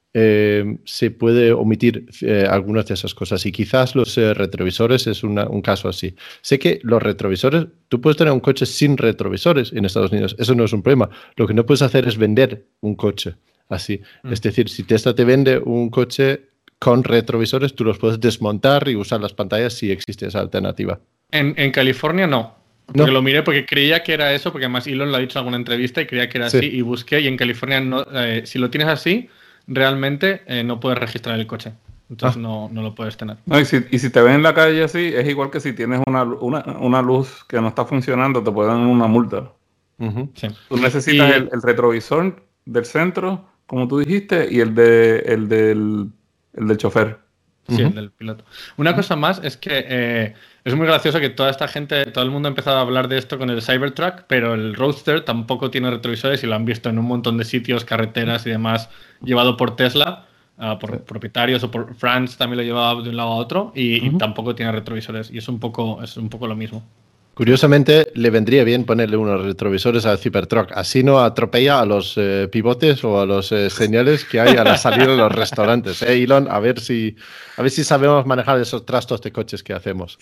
[SPEAKER 2] Eh, se puede omitir eh, algunas de esas cosas y quizás los eh, retrovisores es una, un caso así. Sé que los retrovisores, tú puedes tener un coche sin retrovisores en Estados Unidos, eso no es un problema. Lo que no puedes hacer es vender un coche así. Mm. Es decir, si Tesla te vende un coche con retrovisores, tú los puedes desmontar y usar las pantallas si existe esa alternativa.
[SPEAKER 3] En, en California no. Porque no. Lo miré porque creía que era eso, porque además Elon lo ha dicho en alguna entrevista y creía que era sí. así y busqué y en California no, eh, si lo tienes así, realmente eh, no puedes registrar el coche. Entonces ah. no, no lo puedes tener.
[SPEAKER 1] No, y, si, y si te ven en la calle así, es igual que si tienes una, una, una luz que no está funcionando, te pueden dar una multa. Uh-huh. Sí. Tú necesitas y... el, el retrovisor del centro, como tú dijiste, y el, de, el, del, el del chofer.
[SPEAKER 3] Sí, uh-huh. el del piloto. Una uh-huh. cosa más es que eh, es muy gracioso que toda esta gente, todo el mundo ha empezado a hablar de esto con el Cybertruck, pero el Roadster tampoco tiene retrovisores y lo han visto en un montón de sitios, carreteras y demás, llevado por Tesla, uh, por sí. propietarios o por France también lo llevaba de un lado a otro y, uh-huh. y tampoco tiene retrovisores y es un poco, es un poco lo mismo.
[SPEAKER 2] Curiosamente, le vendría bien ponerle unos retrovisores al Cybertruck. Así no atropella a los eh, pivotes o a los eh, señales que hay a la salida de los restaurantes. ¿Eh, Elon? A ver si, a ver si sabemos manejar esos trastos de coches que hacemos.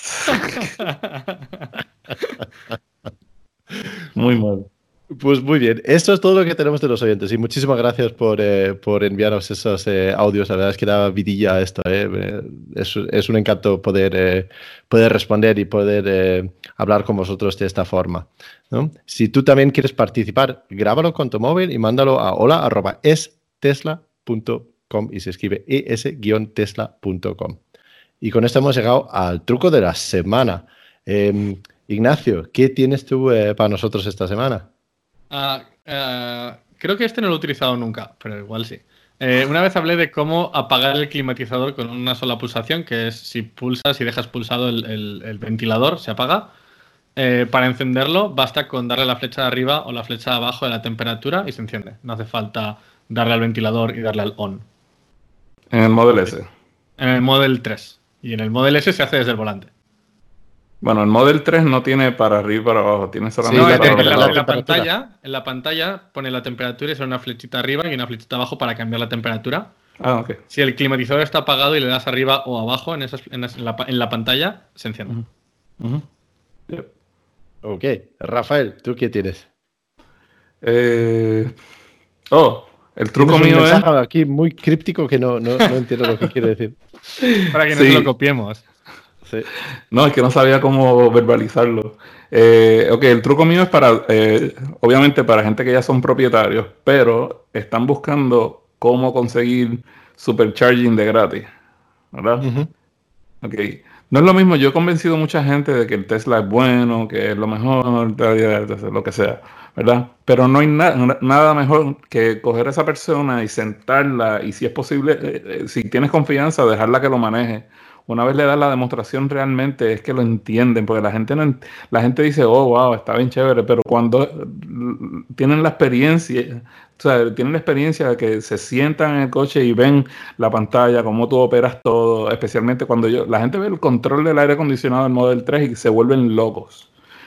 [SPEAKER 1] Muy mal.
[SPEAKER 2] Pues muy bien, esto es todo lo que tenemos de los oyentes y muchísimas gracias por, eh, por enviarnos esos eh, audios. La verdad es que da vidilla a esto. Eh. Es, es un encanto poder, eh, poder responder y poder eh, hablar con vosotros de esta forma, ¿no? Si tú también quieres participar, grábalo con tu móvil y mándalo a hola arroba es tesla punto com y se escribe es guion tesla punto com. Y con esto hemos llegado al truco de la semana. Eh, Ignacio, ¿qué tienes tú eh, para nosotros esta semana?
[SPEAKER 3] Uh, uh, creo que este no lo he utilizado nunca, pero igual sí. Eh, una vez hablé de cómo apagar el climatizador con una sola pulsación, que es si pulsas y dejas pulsado el, el, el ventilador, se apaga. eh, para encenderlo basta con darle la flecha de arriba o la flecha de abajo de la temperatura y se enciende. No hace falta darle al ventilador y darle al on.
[SPEAKER 1] En el Model S.
[SPEAKER 3] En el Model tres. Y en el Model S se hace desde el volante.
[SPEAKER 1] Bueno, el Model tres no tiene para arriba y para abajo, tiene solamente
[SPEAKER 3] no,
[SPEAKER 1] para
[SPEAKER 3] en, la,
[SPEAKER 1] abajo.
[SPEAKER 3] en, la pantalla, en la pantalla pone la temperatura y sale una flechita arriba y una flechita abajo para cambiar la temperatura.
[SPEAKER 1] Ah, ok.
[SPEAKER 3] Si el climatizador está apagado y le das arriba o abajo en, esas, en, las, en, la, en la pantalla, se enciende.
[SPEAKER 1] Uh-huh. Uh-huh. Yep.
[SPEAKER 2] Ok. Rafael, ¿tú qué tienes?
[SPEAKER 1] Eh... Oh, el truco
[SPEAKER 2] mío
[SPEAKER 1] un
[SPEAKER 2] es... aquí muy críptico que no, no, no entiendo lo que quiere decir.
[SPEAKER 3] Para que no sí. se lo copiemos.
[SPEAKER 1] Sí. No, es que no sabía cómo verbalizarlo. Eh, ok, el truco mío es para, eh, obviamente para gente que ya son propietarios, pero están buscando cómo conseguir supercharging de gratis, ¿verdad? Uh-huh. Ok, no es lo mismo, yo he convencido a mucha gente de que el Tesla es bueno, que es lo mejor, lo que sea, ¿verdad? Pero no hay na- nada mejor que coger a esa persona y sentarla y si es posible, eh, si tienes confianza, dejarla que lo maneje. Una vez le das la demostración realmente es que lo entienden, porque la gente no, la gente dice, oh, wow, está bien chévere, pero cuando tienen la experiencia, o sea, tienen la experiencia de que se sientan en el coche y ven la pantalla, cómo tú operas todo, especialmente cuando yo, la gente ve el control del aire acondicionado del Model tres y se vuelven locos.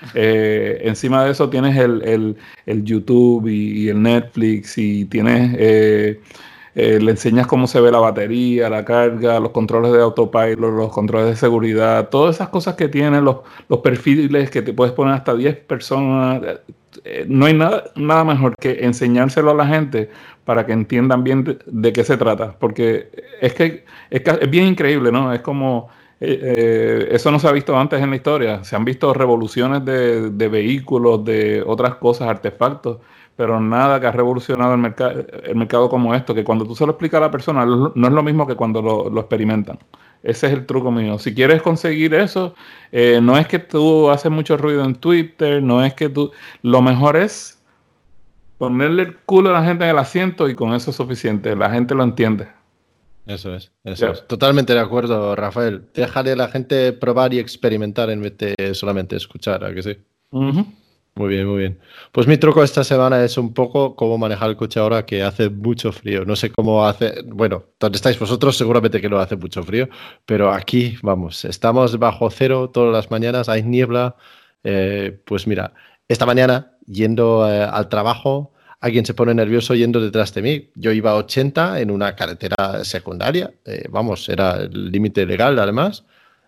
[SPEAKER 1] Eh, encima de eso tienes el, el, el YouTube y, y el Netflix y tienes... Eh, Eh, le enseñas cómo se ve la batería, la carga, los controles de autopilot, los controles de seguridad, todas esas cosas que tienen, los, los perfiles que te puedes poner hasta diez personas. Eh, no hay nada, nada mejor que enseñárselo a la gente para que entiendan bien de, de qué se trata. Porque es que es, que es bien increíble, ¿no? Es como... Eh, eh, eso no se ha visto antes en la historia. Se han visto revoluciones de, de vehículos, de otras cosas, artefactos, pero nada que ha revolucionado el, merc- el mercado como esto, que cuando tú se lo explicas a la persona no es lo mismo que cuando lo, lo experimentan. Ese es el truco mío. Si quieres conseguir eso, eh, no es que tú haces mucho ruido en Twitter, no es que tú... Lo mejor es ponerle el culo a la gente en el asiento y con eso es suficiente. La gente lo entiende.
[SPEAKER 2] Eso es, eso yeah. es. Totalmente de acuerdo, Rafael. Déjale a la gente probar y experimentar en vez de solamente escuchar, ¿a que sí?
[SPEAKER 1] Uh-huh.
[SPEAKER 2] Muy bien, muy bien. Pues mi truco esta semana es un poco cómo manejar el coche ahora que hace mucho frío. No sé cómo hace, bueno, donde estáis vosotros seguramente que no hace mucho frío, pero aquí, vamos, estamos bajo cero todas las mañanas, hay niebla. Eh, pues mira, esta mañana yendo eh, al trabajo, alguien se pone nervioso yendo detrás de mí. Yo iba a ochenta en una carretera secundaria, eh, vamos, era el límite legal además.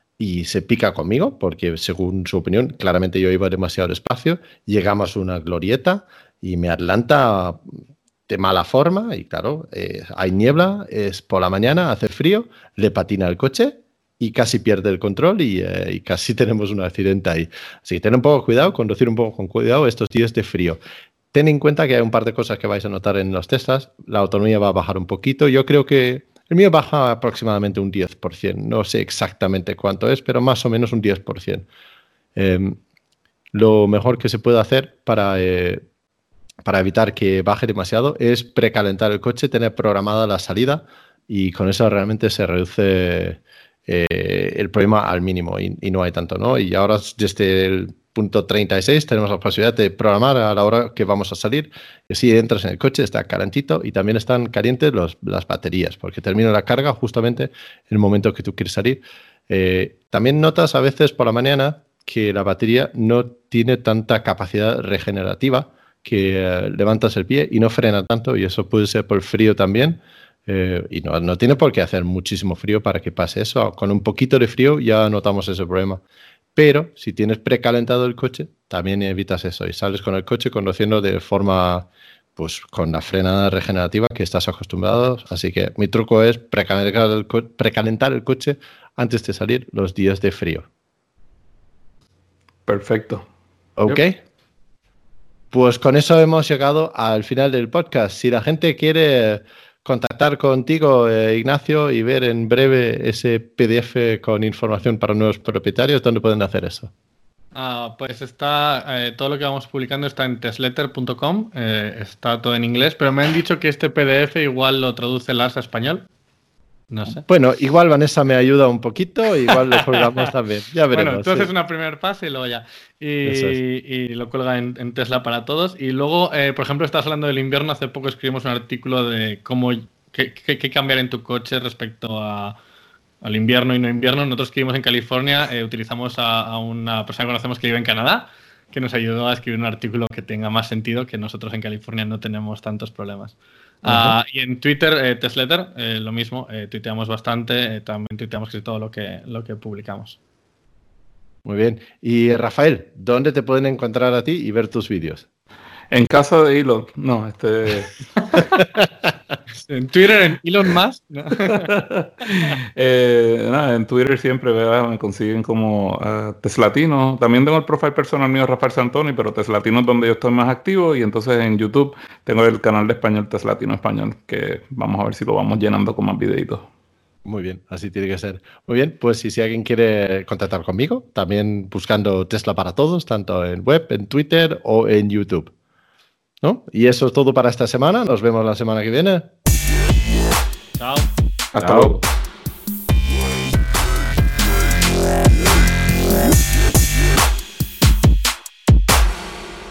[SPEAKER 2] Y se pica conmigo porque, según su opinión, claramente yo iba demasiado despacio. Llegamos a una glorieta y me adelanta de mala forma y, claro, eh, hay niebla, es por la mañana, hace frío, le patina el coche y casi pierde el control y, eh, y casi tenemos un accidente ahí. Así que ten un poco cuidado, conducir un poco con cuidado estos días de frío. Ten en cuenta que hay un par de cosas que vais a notar en los Teslas. La autonomía va a bajar un poquito. Yo creo que el mío baja aproximadamente un diez por ciento. No sé exactamente cuánto es, pero más o menos un diez por ciento. Eh, lo mejor que se puede hacer para, eh, para evitar que baje demasiado es precalentar el coche, tener programada la salida y con eso realmente se reduce eh, el problema al mínimo y, y no hay tanto, ¿no? Y ahora desde el punto treinta y seis tenemos la posibilidad de programar a la hora que vamos a salir. Y si entras en el coche está calentito y también están calientes los, las baterías porque termina la carga justamente en el momento que tú quieres salir. Eh, también notas a veces por la mañana que la batería no tiene tanta capacidad regenerativa, que eh, levantas el pie y no frena tanto y eso puede ser por el frío también. Eh, y no, no tiene por qué hacer muchísimo frío para que pase eso. Con un poquito de frío ya notamos ese problema. Pero si tienes precalentado el coche, también evitas eso y sales con el coche conduciendo de forma, pues con la frenada regenerativa que estás acostumbrado. Así que mi truco es precalentar el, co- precalentar el coche antes de salir los días de frío.
[SPEAKER 1] Perfecto.
[SPEAKER 2] Ok. Yep. Pues con eso hemos llegado al final del podcast. Si la gente quiere contactar contigo, eh, Ignacio, y ver en breve ese P D F con información para nuevos propietarios, ¿dónde pueden hacer eso?
[SPEAKER 3] Uh, pues está, eh, todo lo que vamos publicando está en tesletter punto com, eh, está todo en inglés, pero me han dicho que este P D F igual lo traduce Lars a español. No sé.
[SPEAKER 2] Bueno, igual Vanessa me ayuda un poquito, igual lo colgamos también. Ya veremos.
[SPEAKER 3] Bueno, entonces
[SPEAKER 2] sí.
[SPEAKER 3] una primer paso y luego ya. Y,
[SPEAKER 2] Eso es.
[SPEAKER 3] y lo cuelga en, en Tesla para todos. Y luego, eh, por ejemplo, estás hablando del invierno. Hace poco escribimos un artículo de cómo qué, qué- qué cambiar en tu coche respecto a, al invierno y no invierno. Nosotros que vivimos en California, eh, utilizamos a, a una persona que conocemos que vive en Canadá, que nos ayudó a escribir un artículo que tenga más sentido, que nosotros en California no tenemos tantos problemas.
[SPEAKER 2] Ajá.
[SPEAKER 3] Ah, y en Twitter, eh, Tesletter, eh, lo mismo, eh, tuiteamos bastante, eh, también tuiteamos casi todo lo que, lo que publicamos.
[SPEAKER 2] Muy bien. Y Rafael, ¿dónde te pueden encontrar a ti y ver tus vídeos?
[SPEAKER 1] En casa de Elon, no, este...
[SPEAKER 3] En Twitter, en Elon Musk. ¿no?
[SPEAKER 1] eh, nada, en Twitter siempre ¿verdad? Me consiguen como uh, Teslatino. También tengo el profile personal mío, Rafael Santoni, pero Teslatino es donde yo estoy más activo. Y entonces en YouTube tengo el canal de español Teslatino Español, que vamos a ver si lo vamos llenando con más videitos.
[SPEAKER 2] Muy bien, así tiene que ser. Muy bien, pues si, si alguien quiere contactar conmigo, también buscando Tesla para todos, tanto en web, en Twitter o en YouTube. ¿No? Y eso es todo para esta semana. Nos vemos la semana que viene.
[SPEAKER 3] Chao.
[SPEAKER 1] Hasta
[SPEAKER 2] Chao.
[SPEAKER 1] luego.